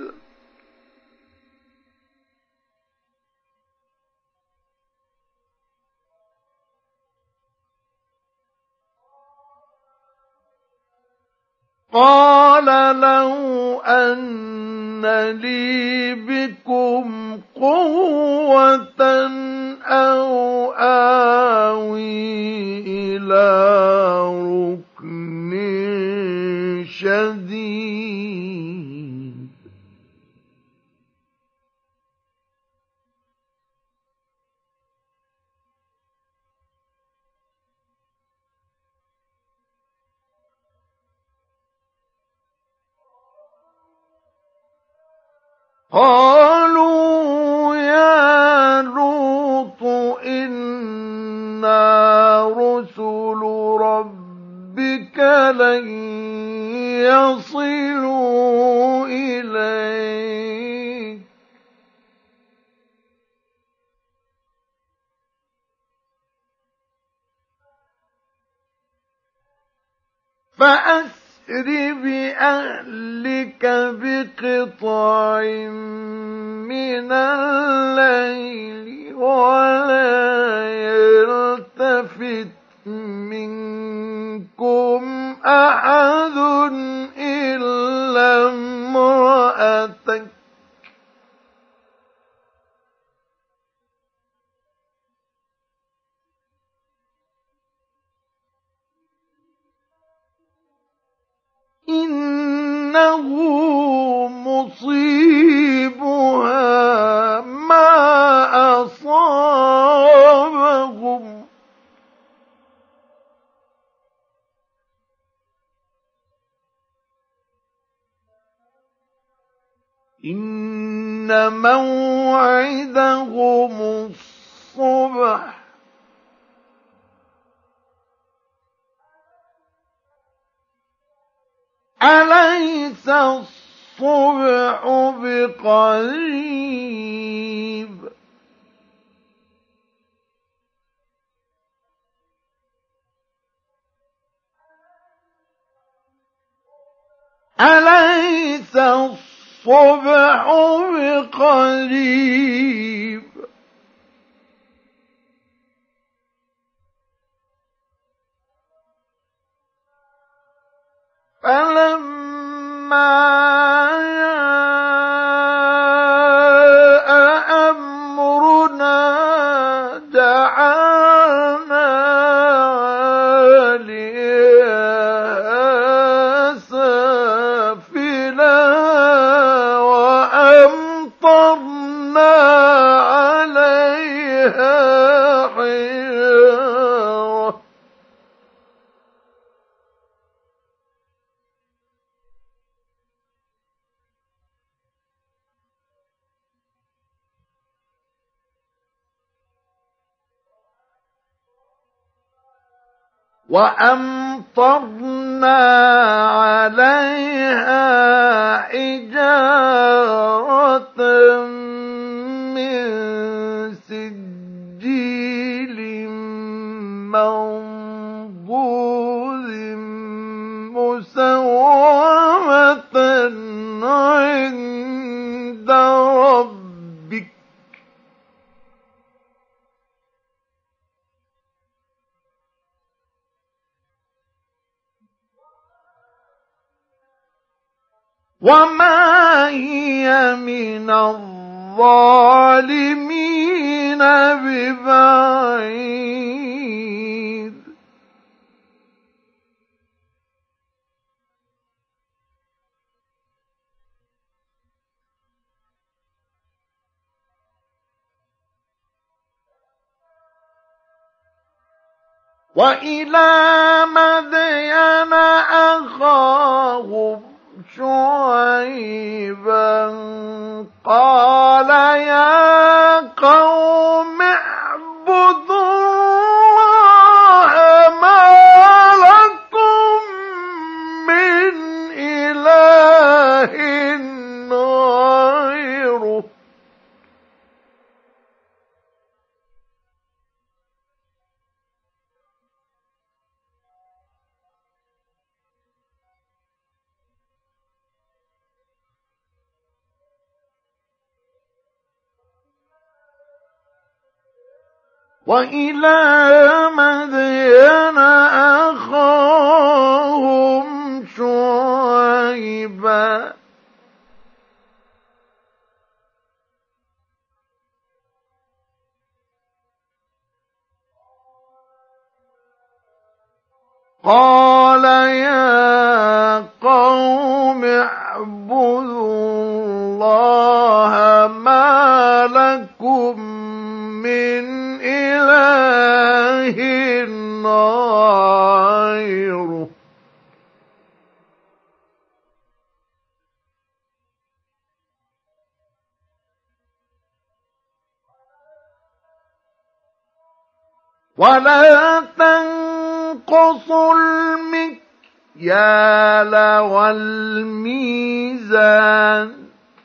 قال لو أن لي بكم قوة أو آوي إلى ركن شديد قالوا يا لوط إنا رسل ربك لن يصلوا إليك فأسر بأهلك بقطع من الليل ولا يلتفت منكم أحد إلا امرأتك إنه يصيبها ما أصابهم إن موعدهم الصبح أليس الصبح بقريب أليس الصبح بقريب فلما جاء أمرنا جعلنا عاليها سافلها وأمطرنا عليها حجارة وأمطرنا عليها حجارة من سجيل منضود مسومة عند ربك وما هي من الظالمين ببعيد وإلى مدين أخاهم شعيبا قال يا قوم اعبدوا الله ما لكم من إله غيره وإلى مدين أخاهم شعيبا قال يا قوم اعبدوا الله ما لكم من إله غيره ولا تنقصوا المكيال والميزان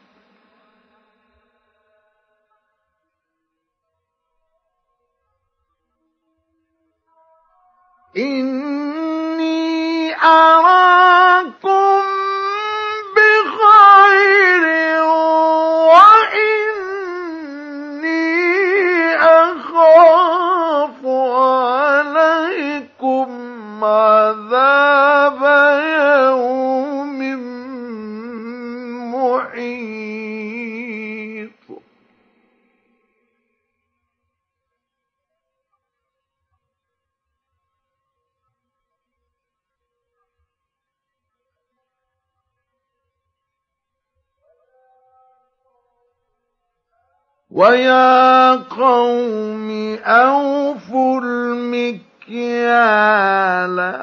إني أراكم بخير وإني أخاف عليكم عذاب يوم محيط وَيَا قَوْمِ أَوْفُوا الْمِكْيَالَ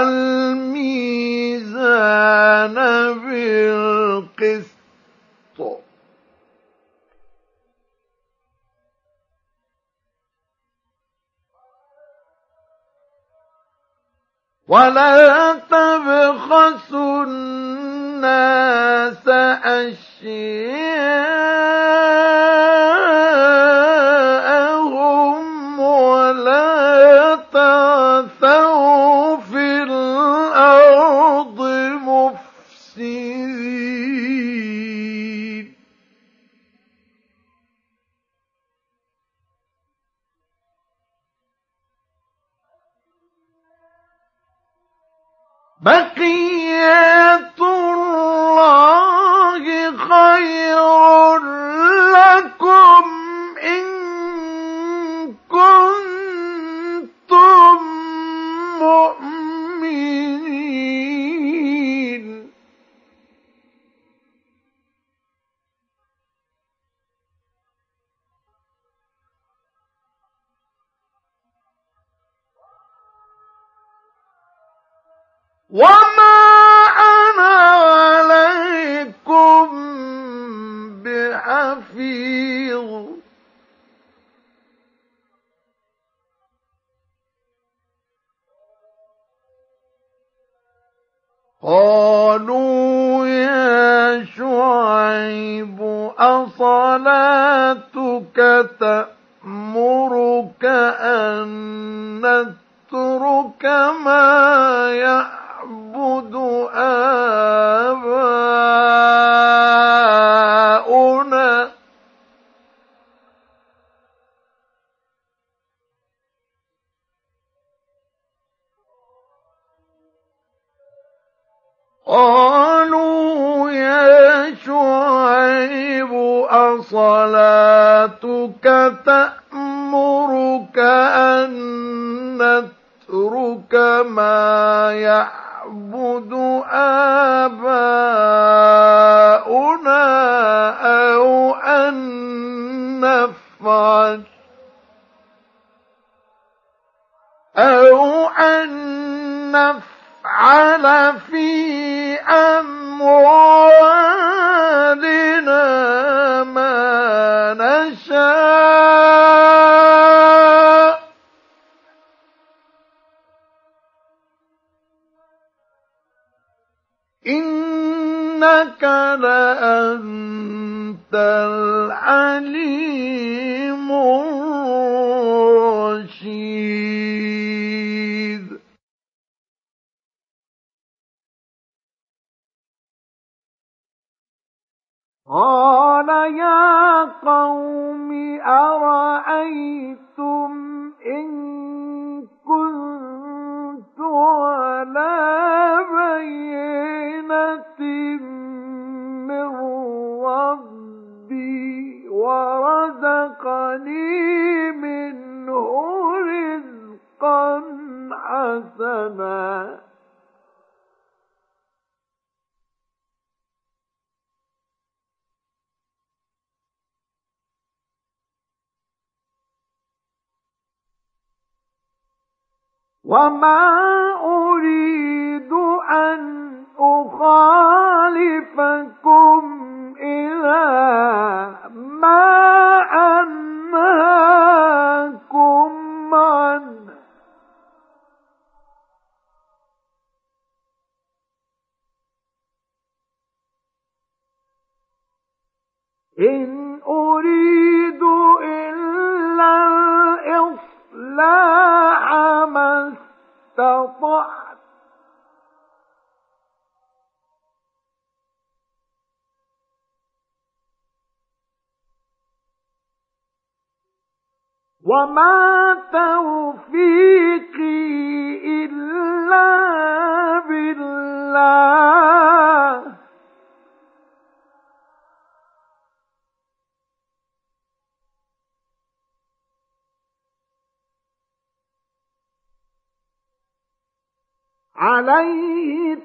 وَالْمِيزَانَ بِالْقِسْطِ وَلَا تَبْخَسُوا النَّاسَ أَشْيَاءَهُمْ وَلَا تَعْثَوْا فِي الْأَرْضِ مُفْسِدِينَ بَقِيَّةُ اللَّهِ خَيْرٌ لَّكُمْ إِن كُنتُم مُّؤْمِنِينَ وَمَا أَنَا عَلَيْكُم بِحَفِيظٍ قَالُوا يَا شُعَيْبُ أَصَلَاتُكَ تَأْمُرُكَ أَن نَّتْرُكَ مَا يَعْبُدُ آبَاؤُنَا قَالُوا يَا شُعَيْبُ أَصَلَاتُكَ تَأْمُرُكَ أَن نَّتْرُكَ مَا يَعْبُدُ آبَاؤُنَا أَوْ أَن نَّفْعَلَ فِي أَمْوَالِنَا مَا نَشَاءُ إِنَّكَ لَأَنتَ الْعَلِيمُ الرَّشِيدُ قَالَ يَا قَوْمِ أَرَأَيْتُمْ إِن كُنتُ عَلَىٰ بَيِّنَةٍ مِّن رَّبِّي وَرَزَقَنِي مِنْهُ رِزْقًا حَسَنًا وَمَا أُرِيدُ أَنْ أُخَالِفَكُمْ إِلَىٰ مَا أَنْهَاكُمْ عَنْهُ إِنْ أُرِيدُ إِلَّا الْإِصْلَاحَ مَا اسْتَطَعْتُ وَمَا تَوْفِيقِي إِلَّا بِاللَّهِ عَلَيْهِ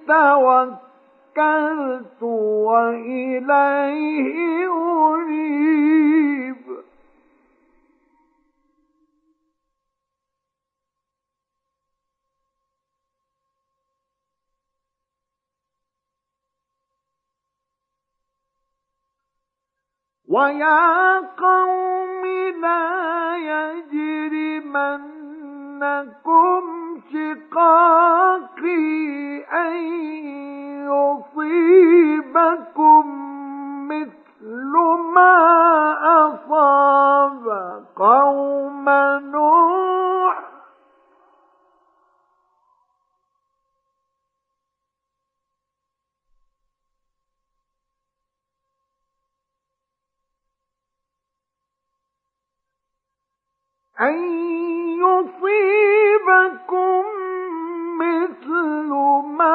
تَوَكَّلْتُ وَإِلَيْهِ أُنِيبُ ويا قوم لا يجرمنكم شقاقي أن يصيبكم مثل ما أصاب قوم نوح أن يصيبكم مثل ما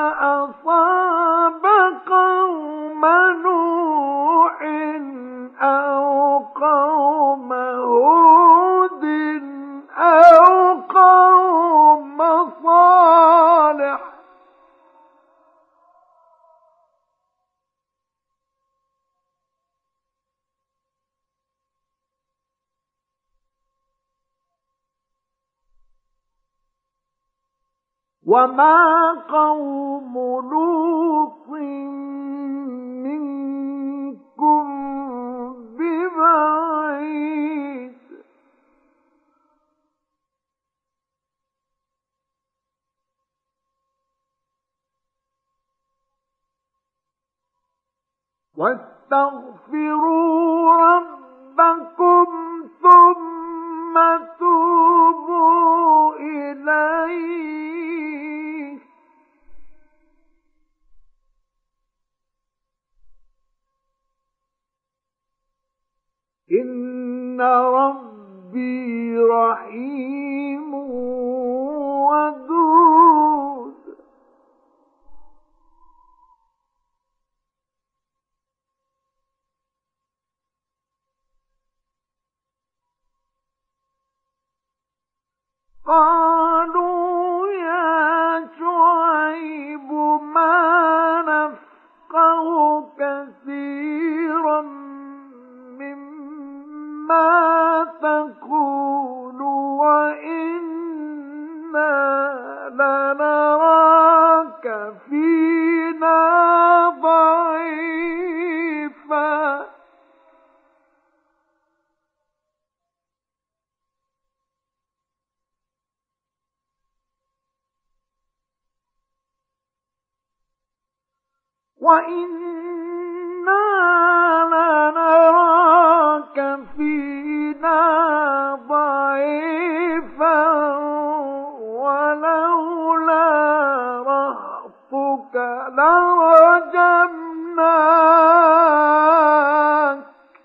أصاب قوم نوح أو قوم هود أو قوم صالح وما قوم لوط منكم ببعيد واستغفروا ربكم ثم توبوا إليه إن ربي رحيم ودود قالوا يا شعيب ما نفقه كثيرا مما تقول وإنا لنراك فينا ضعيفا وَإِنَّا لَنَرَاكَ فِينَا ضَعِيفًا وَلَوْلَا رَهْطُكَ لَرَجَمْنَاكَ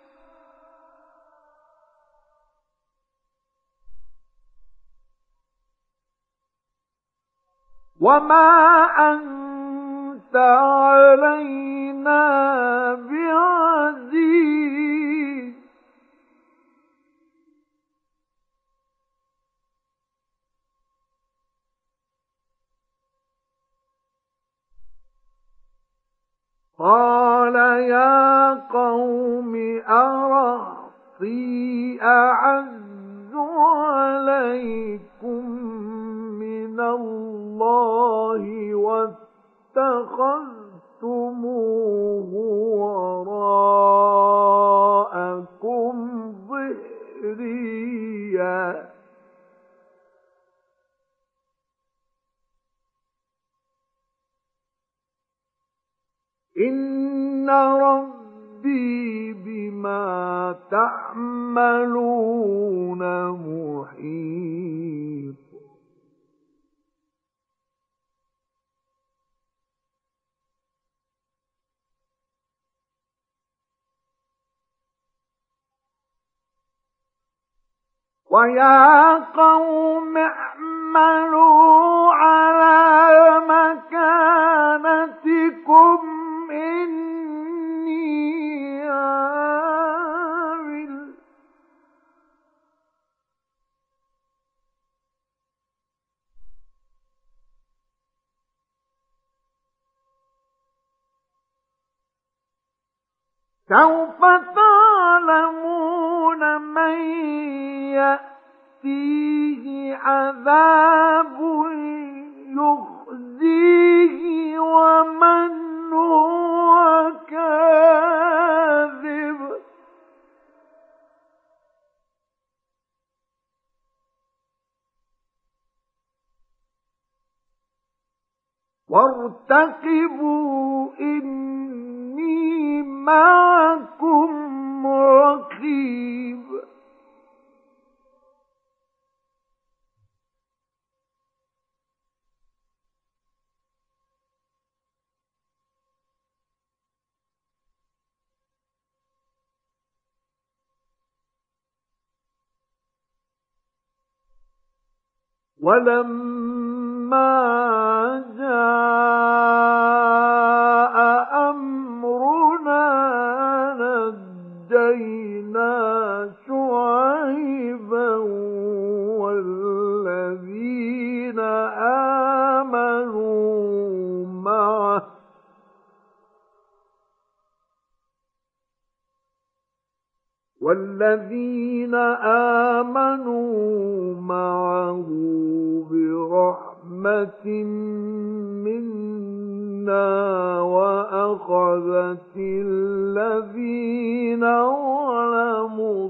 وَمَا أنت علينا بعزيز قال يا قوم أرهطي أعز عليكم من الله اتخذتموه وراءكم ظهريا إن ربي بما تعملون محيط ويا قوم اعملوا على مكانتكم إني عامل سوف تعلمون من يأتيه عذاب يخزيه ومن هو كاذب فارتقبوا إني معكم رقيب ولما جاء أمرنا نجينا شعيبا والذين آمنوا معه برحمة منا وأخذت الذين ظلموا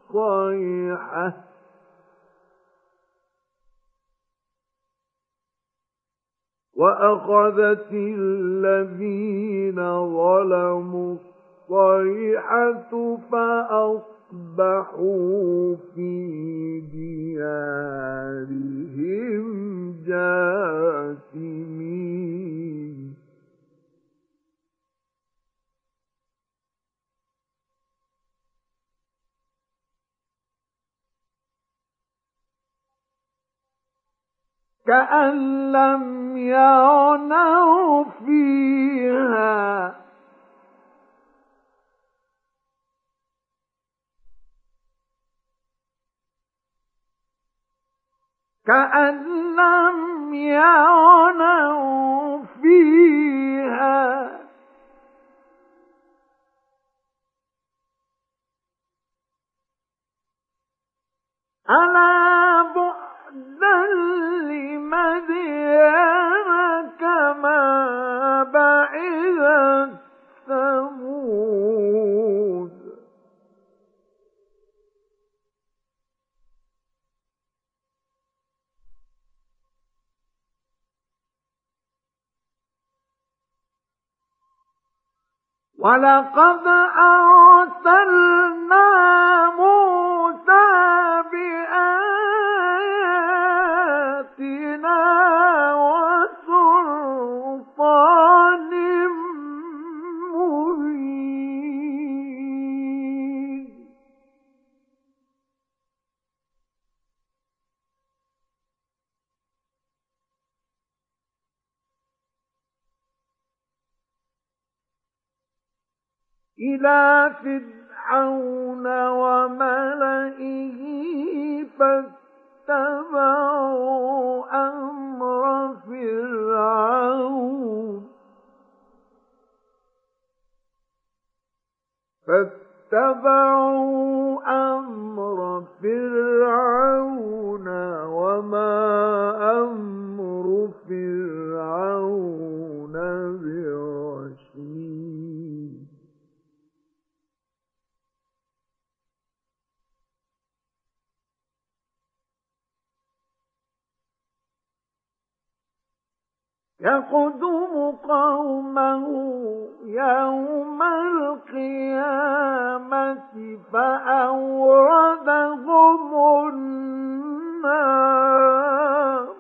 الصيحة فأصبحوا في ديارهم جاثمين كأن لم يغنوا فيها ألا بعدا لمدين كما بعدت ثمود ولقد أرسلنا موسى بآياتنا وسلطان مبين إلى فرعون وملئه فاتبعوا أمر فرعون وما أمر فرعون برشيد يقدم قومه يوم القيامة فأوردهم النار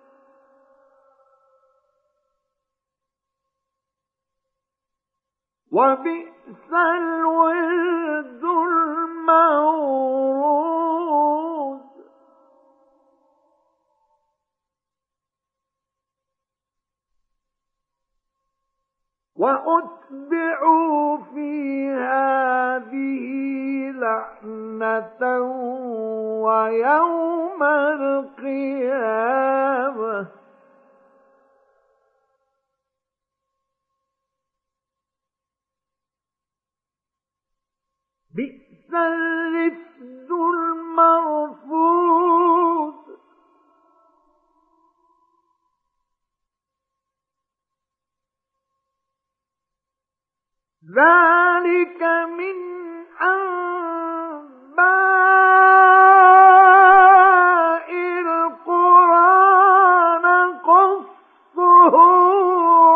وبئس الورد المورود وأتبعوا في هذه لعنة ويوم القيامة بئس الرفد المرفود ذلك من أنباء القرى نقصه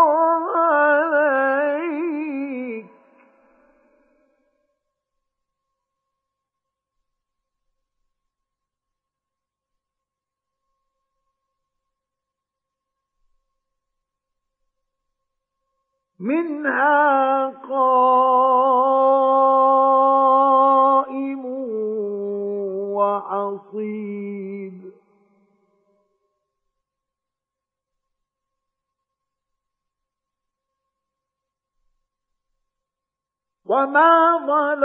منها قائم وحصيد وما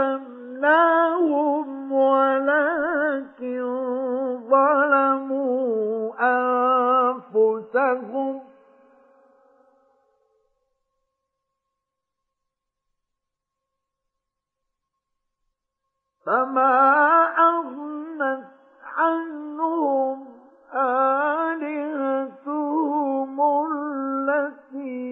ظلمناهم ولكن ظلموا أنفسهم فما أغنت عنهم آلهتهم التي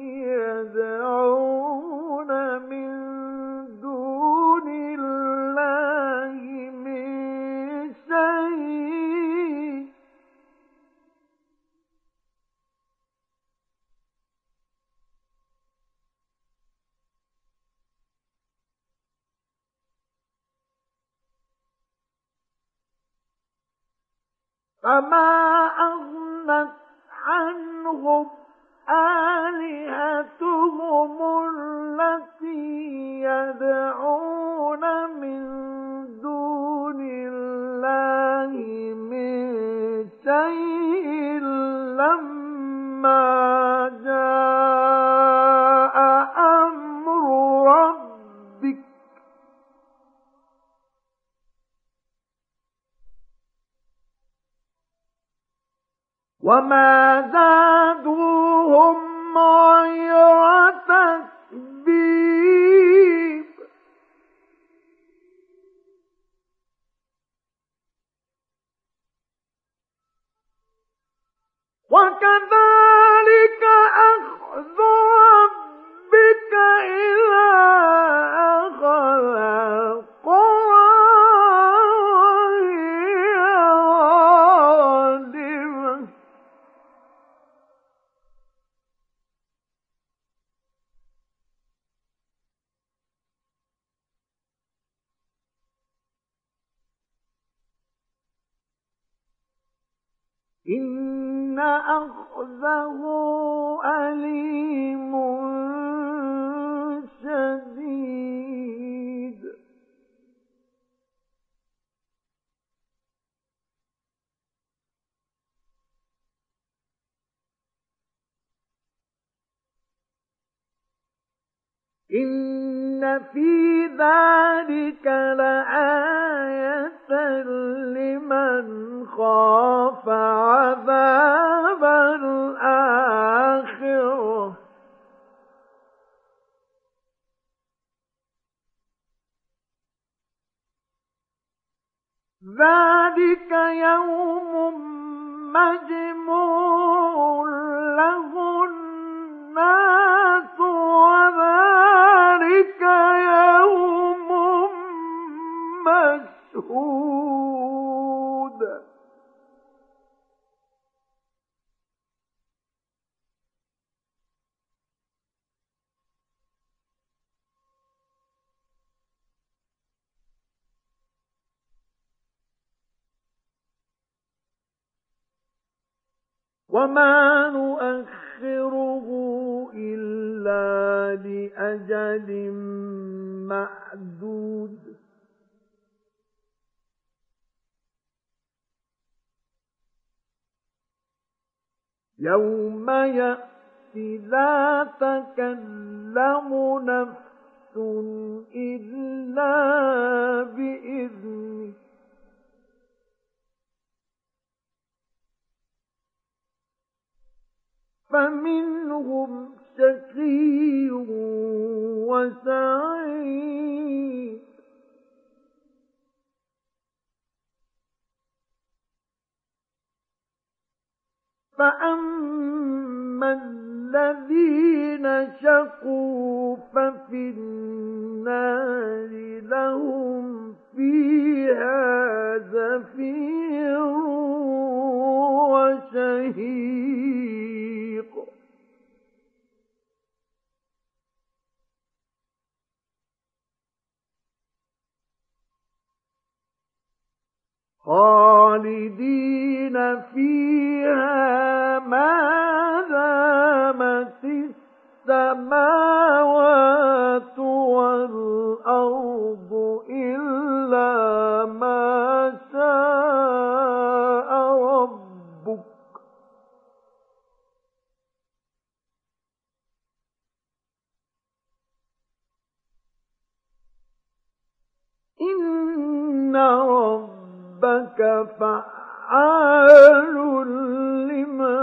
يدعون من دون الله من شيء فما أغنت عنهم آلهتهم التي يدعون من دون الله من شيء لما جاء أمر ربك وما زادوهم غير تتبيب وكذلك أخذ ربك إذا أخذ القرى وهي ظالمة إن أخذه أليم شديد إن في ذلك لآية لمن خاف عذاب الآخرة ذلك يوم مجموع له الناس وذلك يوم مشهود وما نؤخره إلا لأجل معدود يوم يأتي لا تكلم نفس إلا بإذنه فمنهم شقي وسعيد فأما الذين شقوا ففي النار لهم فيها زفير وشهيق خالدين فيها ما دامت السماوات السماوات والأرض إلا ما شاء ربك إن ربك فعال لما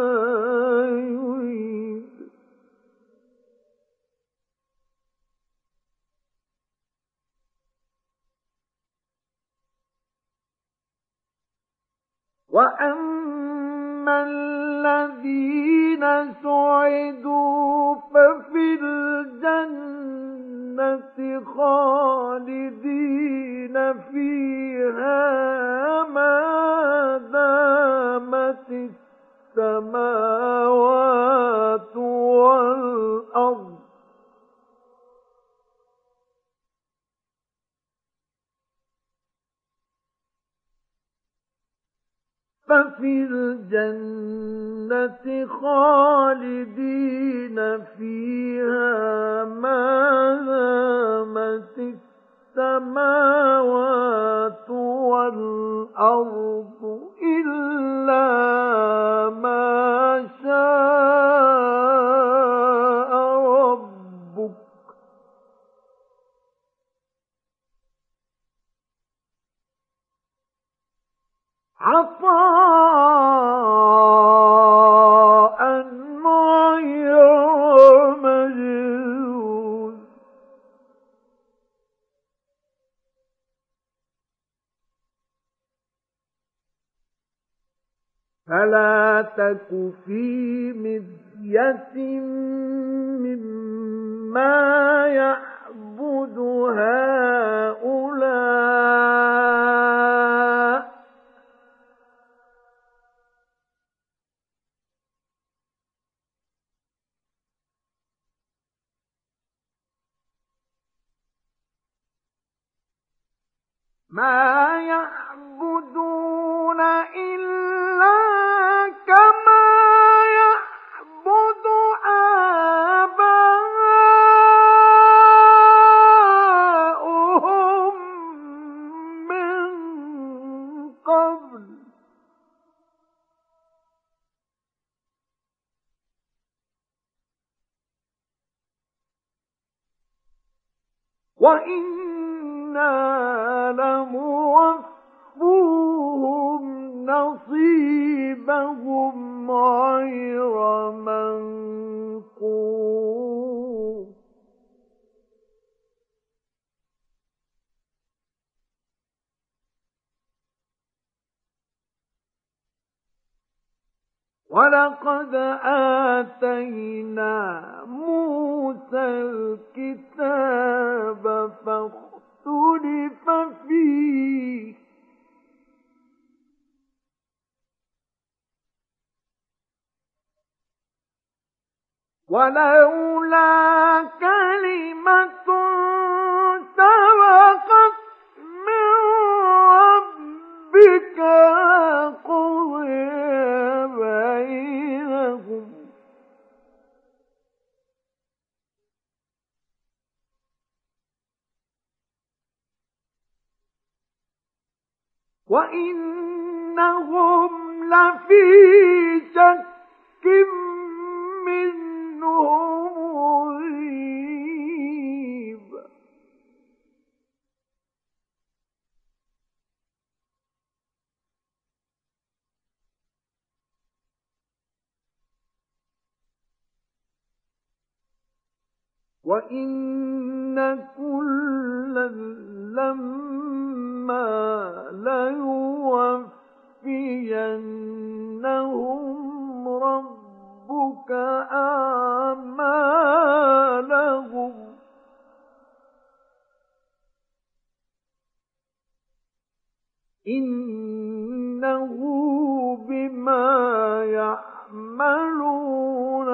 يريد وأما الذين سعدوا ففي الجنة خالدين فيها ما دامت السماوات والأرض ففي الجنة خالدين فيها ما دامت السماوات والأرض إلا ما شاء ربك عطاء غير مجذوذ فلا تك في مرية مما يعبد هؤلاء ما يعبدون إلا كما يعبد آباؤهم من قبل وإنا لموفوهم نصيبهم غير منقوص ولقد آتينا موسى الكتاب فاختلف فيه ولولا كلمة سبقت من ربك لقضي بينهم وإنهم لفي شك منه مريب وإن كلا لما ليوفينهم ربك أعمالهم إنه بما يعملون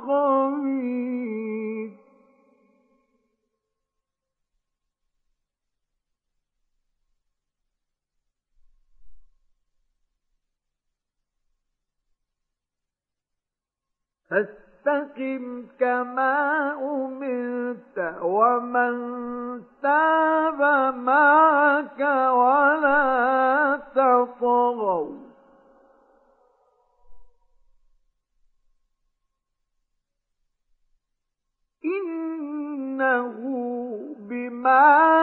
خبير فاستقم كما أمرت ومن تاب معك ولا تطغوا إنه بما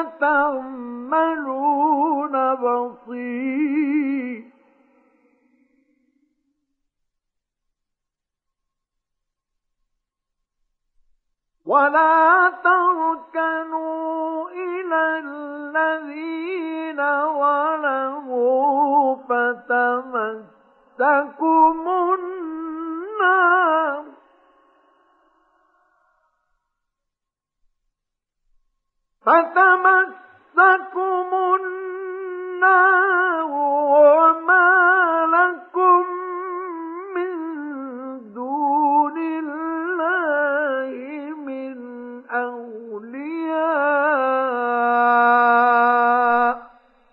تعملون بصير ولا تركنوا إلى الذين ظلموا فتمسكم النار وما لكم من دون الله من أولياء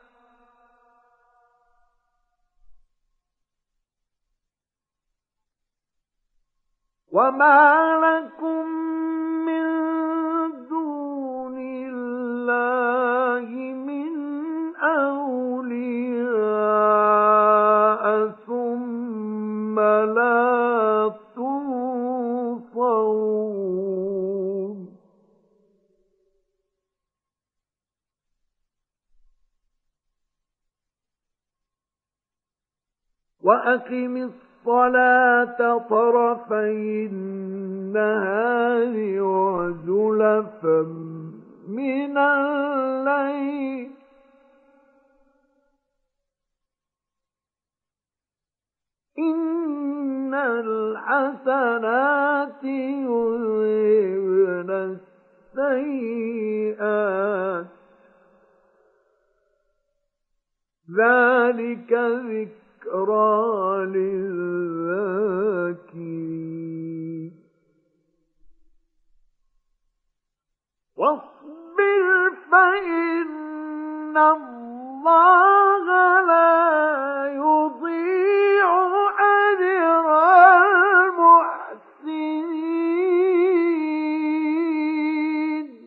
وما لكم من دون الله من أولياء ثم لا تنصرون وأقم الصلاة طرفي النهار وزلفا من الليل إن الحسنات يذهبن السيئات ذلك ذكرى للذاكرين واصبر فإن الله لا يضيع أجر المحسنين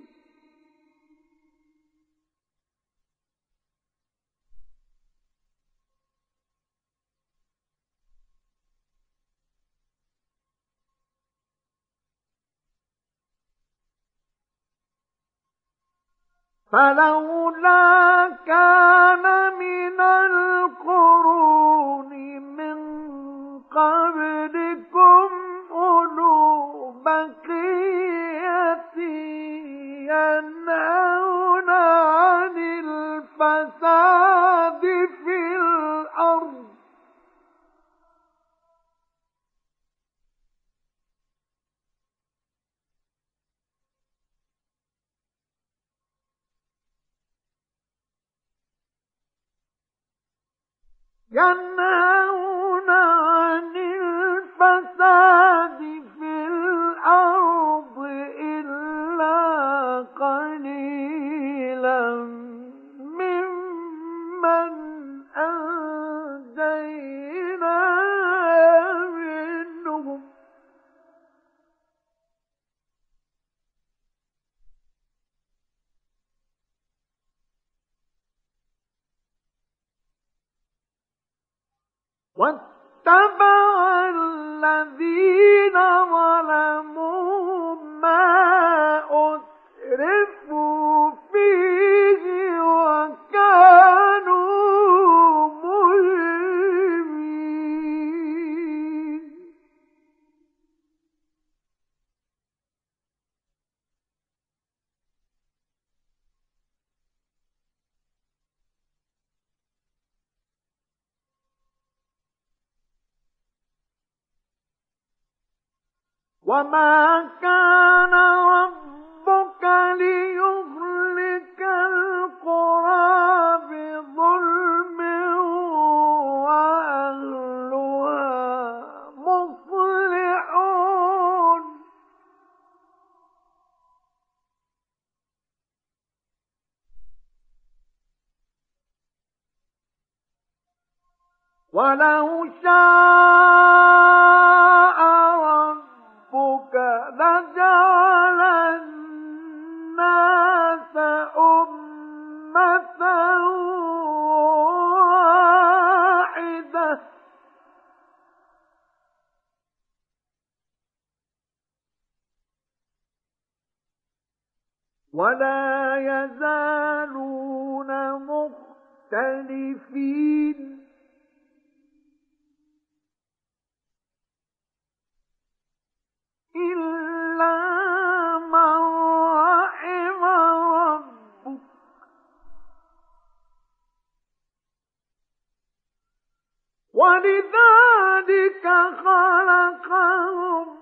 فلولا كان من القرون من قبلكم أولو بقية ينهون عن الفساد في الأرض ينهون عن الفساد في الأرض إلا قليلا ممن أنجينا منهم واتبع الذين ظلموا ما أترفوا فيه وكانوا مجرمين وما كان ربك ليهلك القرى بظلم وأهلها مصلحون ولو شاء ربك ولا يزالون مختلفين إلا من رحم ربك ولذلك خلقهم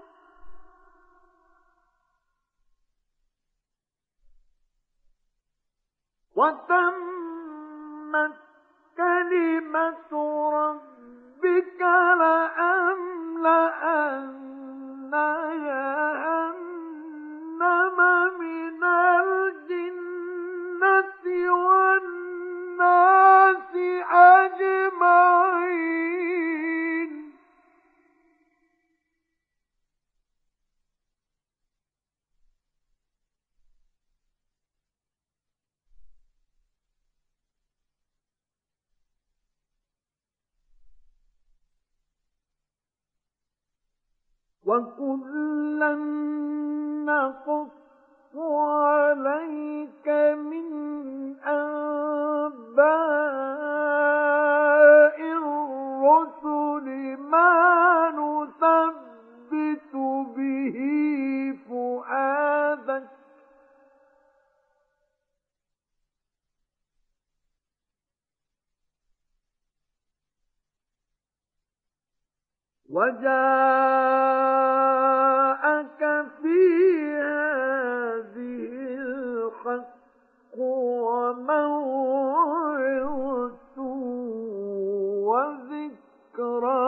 وتمت كلمة ربك لأملأن جهنم من الجنة والناس أجمعين وكلا نقص عليك من أنباء الرسل ما نثبت به فؤادك وجاءك في هذه الحق وموعظة وذكرى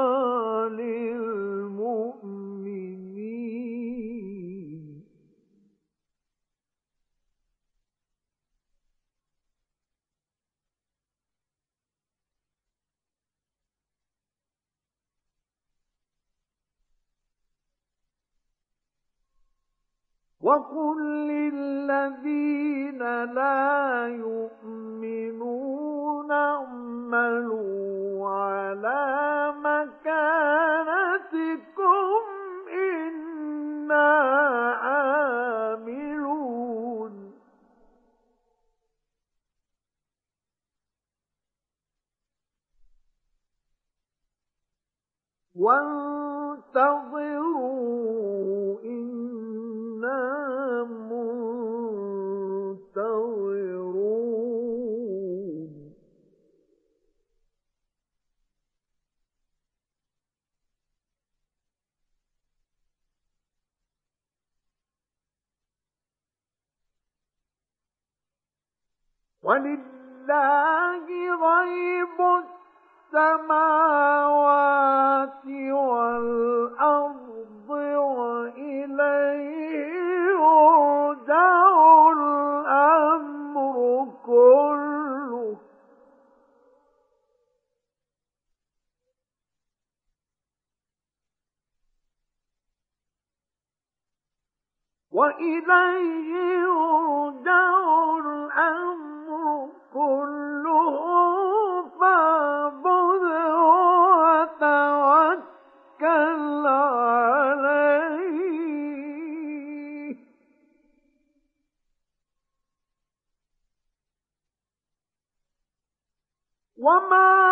للمؤمنين وقل للذين لا يؤمنون اعملوا على مكانتكم إنا عاملون وانتظروا إنا منتظرون ولله غيب السماوات والأرض وإليه يرجع الأمر كله وإليه يرجع الأمر كله فاعبده وتوكل عليه وما